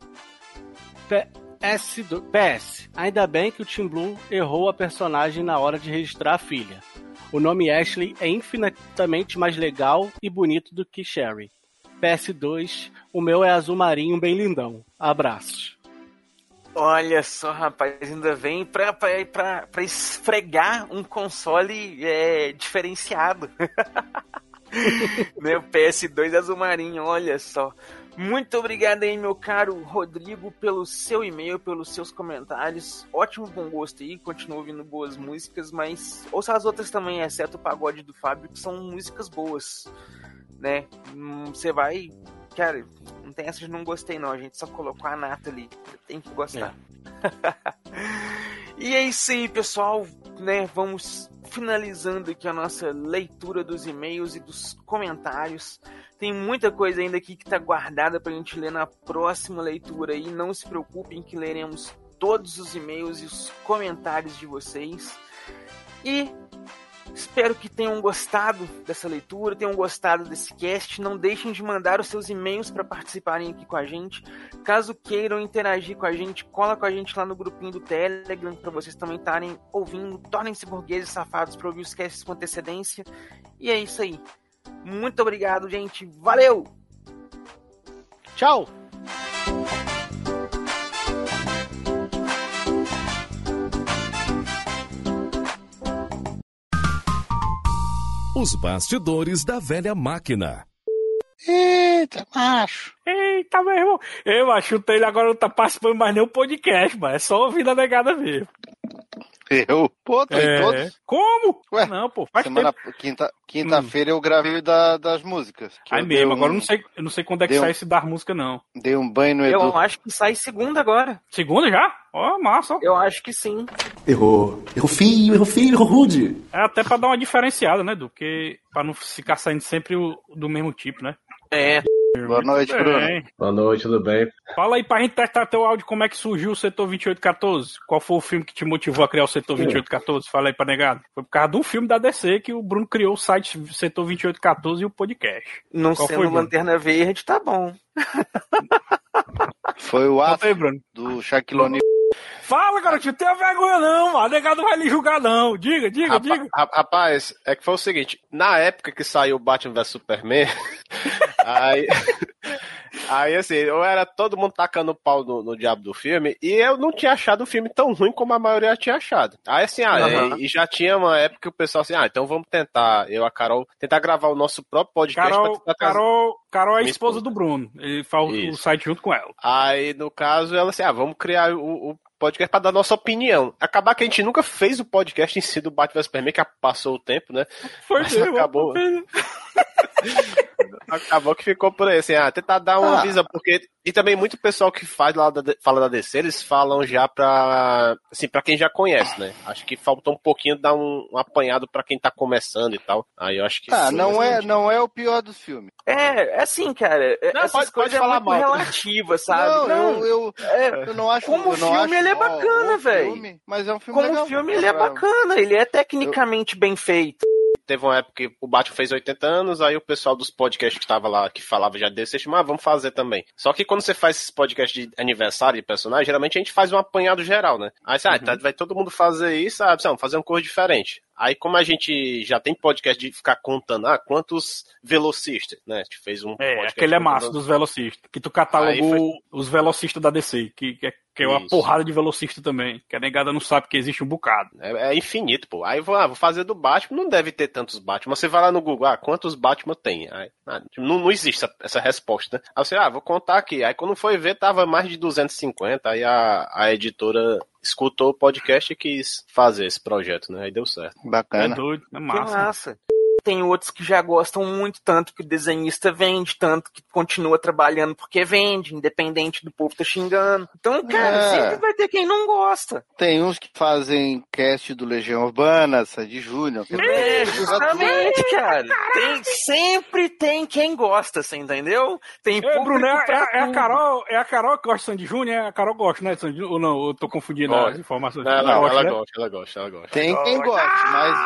PS, ainda bem que o Tim Blue errou a personagem na hora de registrar a filha. O nome Ashley é infinitamente mais legal e bonito do que Sherry. PS2, o meu é azul marinho bem lindão. Abraços. Olha só, rapaz, ainda vem pra esfregar um console diferenciado. Meu PS2 azul marinho, olha só. Muito obrigado aí, meu caro Rodrigo, pelo seu e-mail, pelos seus comentários. Ótimo bom gosto aí, continua ouvindo boas músicas, mas ouça as outras também, exceto o pagode do Fábio, que são músicas boas, né? Você vai... Cara, não tem essa de não gostei não, a gente só colocou a nata ali, você tem que gostar. E é isso aí, pessoal, né? Vamos finalizando aqui a nossa leitura dos e-mails e dos comentários. Tem muita coisa ainda aqui que está guardada para a gente ler na próxima leitura. E não se preocupem que leremos todos os e-mails e os comentários de vocês. E espero que tenham gostado dessa leitura, tenham gostado desse cast. Não deixem de mandar os seus e-mails para participarem aqui com a gente. Caso queiram interagir com a gente, cola com a gente lá no grupinho do Telegram para vocês também estarem ouvindo. Tornem-se burgueses safados para ouvir os casts com antecedência. E é isso aí. Muito obrigado, gente. Valeu! Tchau! Os bastidores da velha máquina. Eita, macho. Eita, meu irmão. Eu acho que ele agora não tá participando mais nem o podcast, mas é só ouvir a negada mesmo. Eu? Pô, tô em todos. Como? Ué, não, pô, faz quinta-feira eu gravei das músicas. Aí mesmo, agora eu não sei quando é que sai esse das músicas, não. Dei um banho no Edu. Eu acho que sai segunda agora. Segunda já? Ó, massa. Eu acho que sim. Errou feio, errou rude. É até pra dar uma diferenciada, né, Edu? Porque pra não ficar saindo sempre do mesmo tipo, né? É. Boa noite, Bruno. Boa noite, tudo bem? Fala aí pra gente testar teu áudio, como é que surgiu o Setor 2814? Qual foi o filme que te motivou a criar o Setor 2814? Fala aí pra negado. Foi por causa de um filme da DC que o Bruno criou o site Setor 2814 e o podcast. Não Qual sendo foi, Lanterna Verde, tá bom. Foi o ato aí, Bruno? do Shaquille O'Neal. Fala, garotinho, não tenha vergonha não, mano. Negado não vai lhe julgar não. Diga. Rapaz, é que foi o seguinte, na época que saiu o Batman vs Superman, aí assim, eu era todo mundo tacando pau no diabo do filme, e eu não tinha achado o filme tão ruim como a maioria tinha achado. Aí assim, e já tinha uma época que o pessoal assim, então vamos tentar, eu e a Carol, tentar gravar o nosso próprio podcast. Carol é a esposa do Bruno, ele faz o site junto com ela. Aí, no caso, ela assim, vamos criar o podcast pra dar nossa opinião. Acabar que a gente nunca fez o podcast em si do Batman vs Superman, que passou o tempo, né? Mas acabou. Acabou que ficou por aí, assim, tentar dar uma visão, porque... E também muito pessoal que fala da DC, eles falam já pra quem já conhece, né? Acho que faltou um pouquinho dar um apanhado pra quem tá começando e tal. Aí eu acho que... não é o pior dos filmes. É assim, cara, essas coisas falar muito relativas, sabe? Eu não acho... Como filme ele é bacana, velho. Mas é um filme legal. Como filme ele é bacana, ele é tecnicamente bem feito. teve uma época que o Batman fez 80 anos, aí o pessoal dos podcasts que tava lá, que falava já desse, vamos fazer também. Só que quando você faz esses podcasts de aniversário de personagem, geralmente a gente faz um apanhado geral, né? Aí vai todo mundo fazer isso, sabe? Vamos fazer uma coisa diferente. Aí, como a gente já tem podcast de ficar contando, quantos velocistas, né? A gente fez um podcast. Aquele é massa dos velocistas. Que tu catalogou os velocistas da DC, que é uma porrada de velocista também. Que a negada não sabe que existe um bocado. É infinito, pô. Aí vou fazer do Batman, não deve ter tantos Batman. Você vai lá no Google, quantos Batman tem? Aí, não existe essa resposta, né? Aí você, vou contar aqui. Aí quando foi ver, tava mais de 250. Aí a editora escutou o podcast e quis fazer esse projeto, né? Aí deu certo. Bacana. É doido, é massa. Que massa. Tem outros que já gostam muito, tanto que o desenhista vende, tanto que continua trabalhando porque vende, independente do povo tá xingando. Então, cara, sempre vai ter quem não gosta. Tem uns que fazem cast do Legião Urbana, Sandy Júnior. Justamente, cara. Sempre tem quem gosta, você entendeu? Tem público Bruno, pra tudo. é a Carol que gosta de Sandy Júnior? A Carol gosta, né, de Sandy Júnior? Ou não, eu tô confundindo as informações. Ela gosta. Tem quem goste,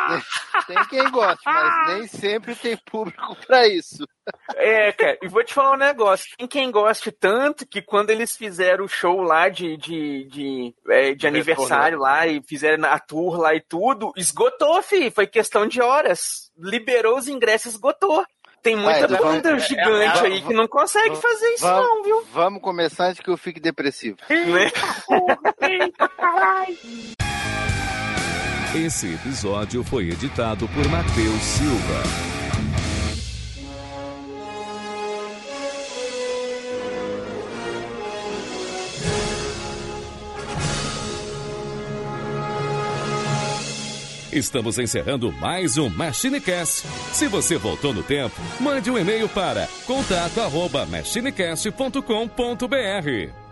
mas nem sempre tem público pra isso. Cara, e vou te falar um negócio. Tem quem goste tanto que quando eles fizeram o show lá de aniversário lá e fizeram a tour lá e tudo, esgotou, fi. Foi questão de horas. Liberou os ingressos, esgotou. Tem muita banda gigante aí que não consegue fazer isso não, viu? Vamos começar antes que eu fique depressivo. Esse episódio foi editado por Matheus Silva. Estamos encerrando mais um MachineCast. Se você voltou no tempo, mande um e-mail para contato@machinecast.com.br.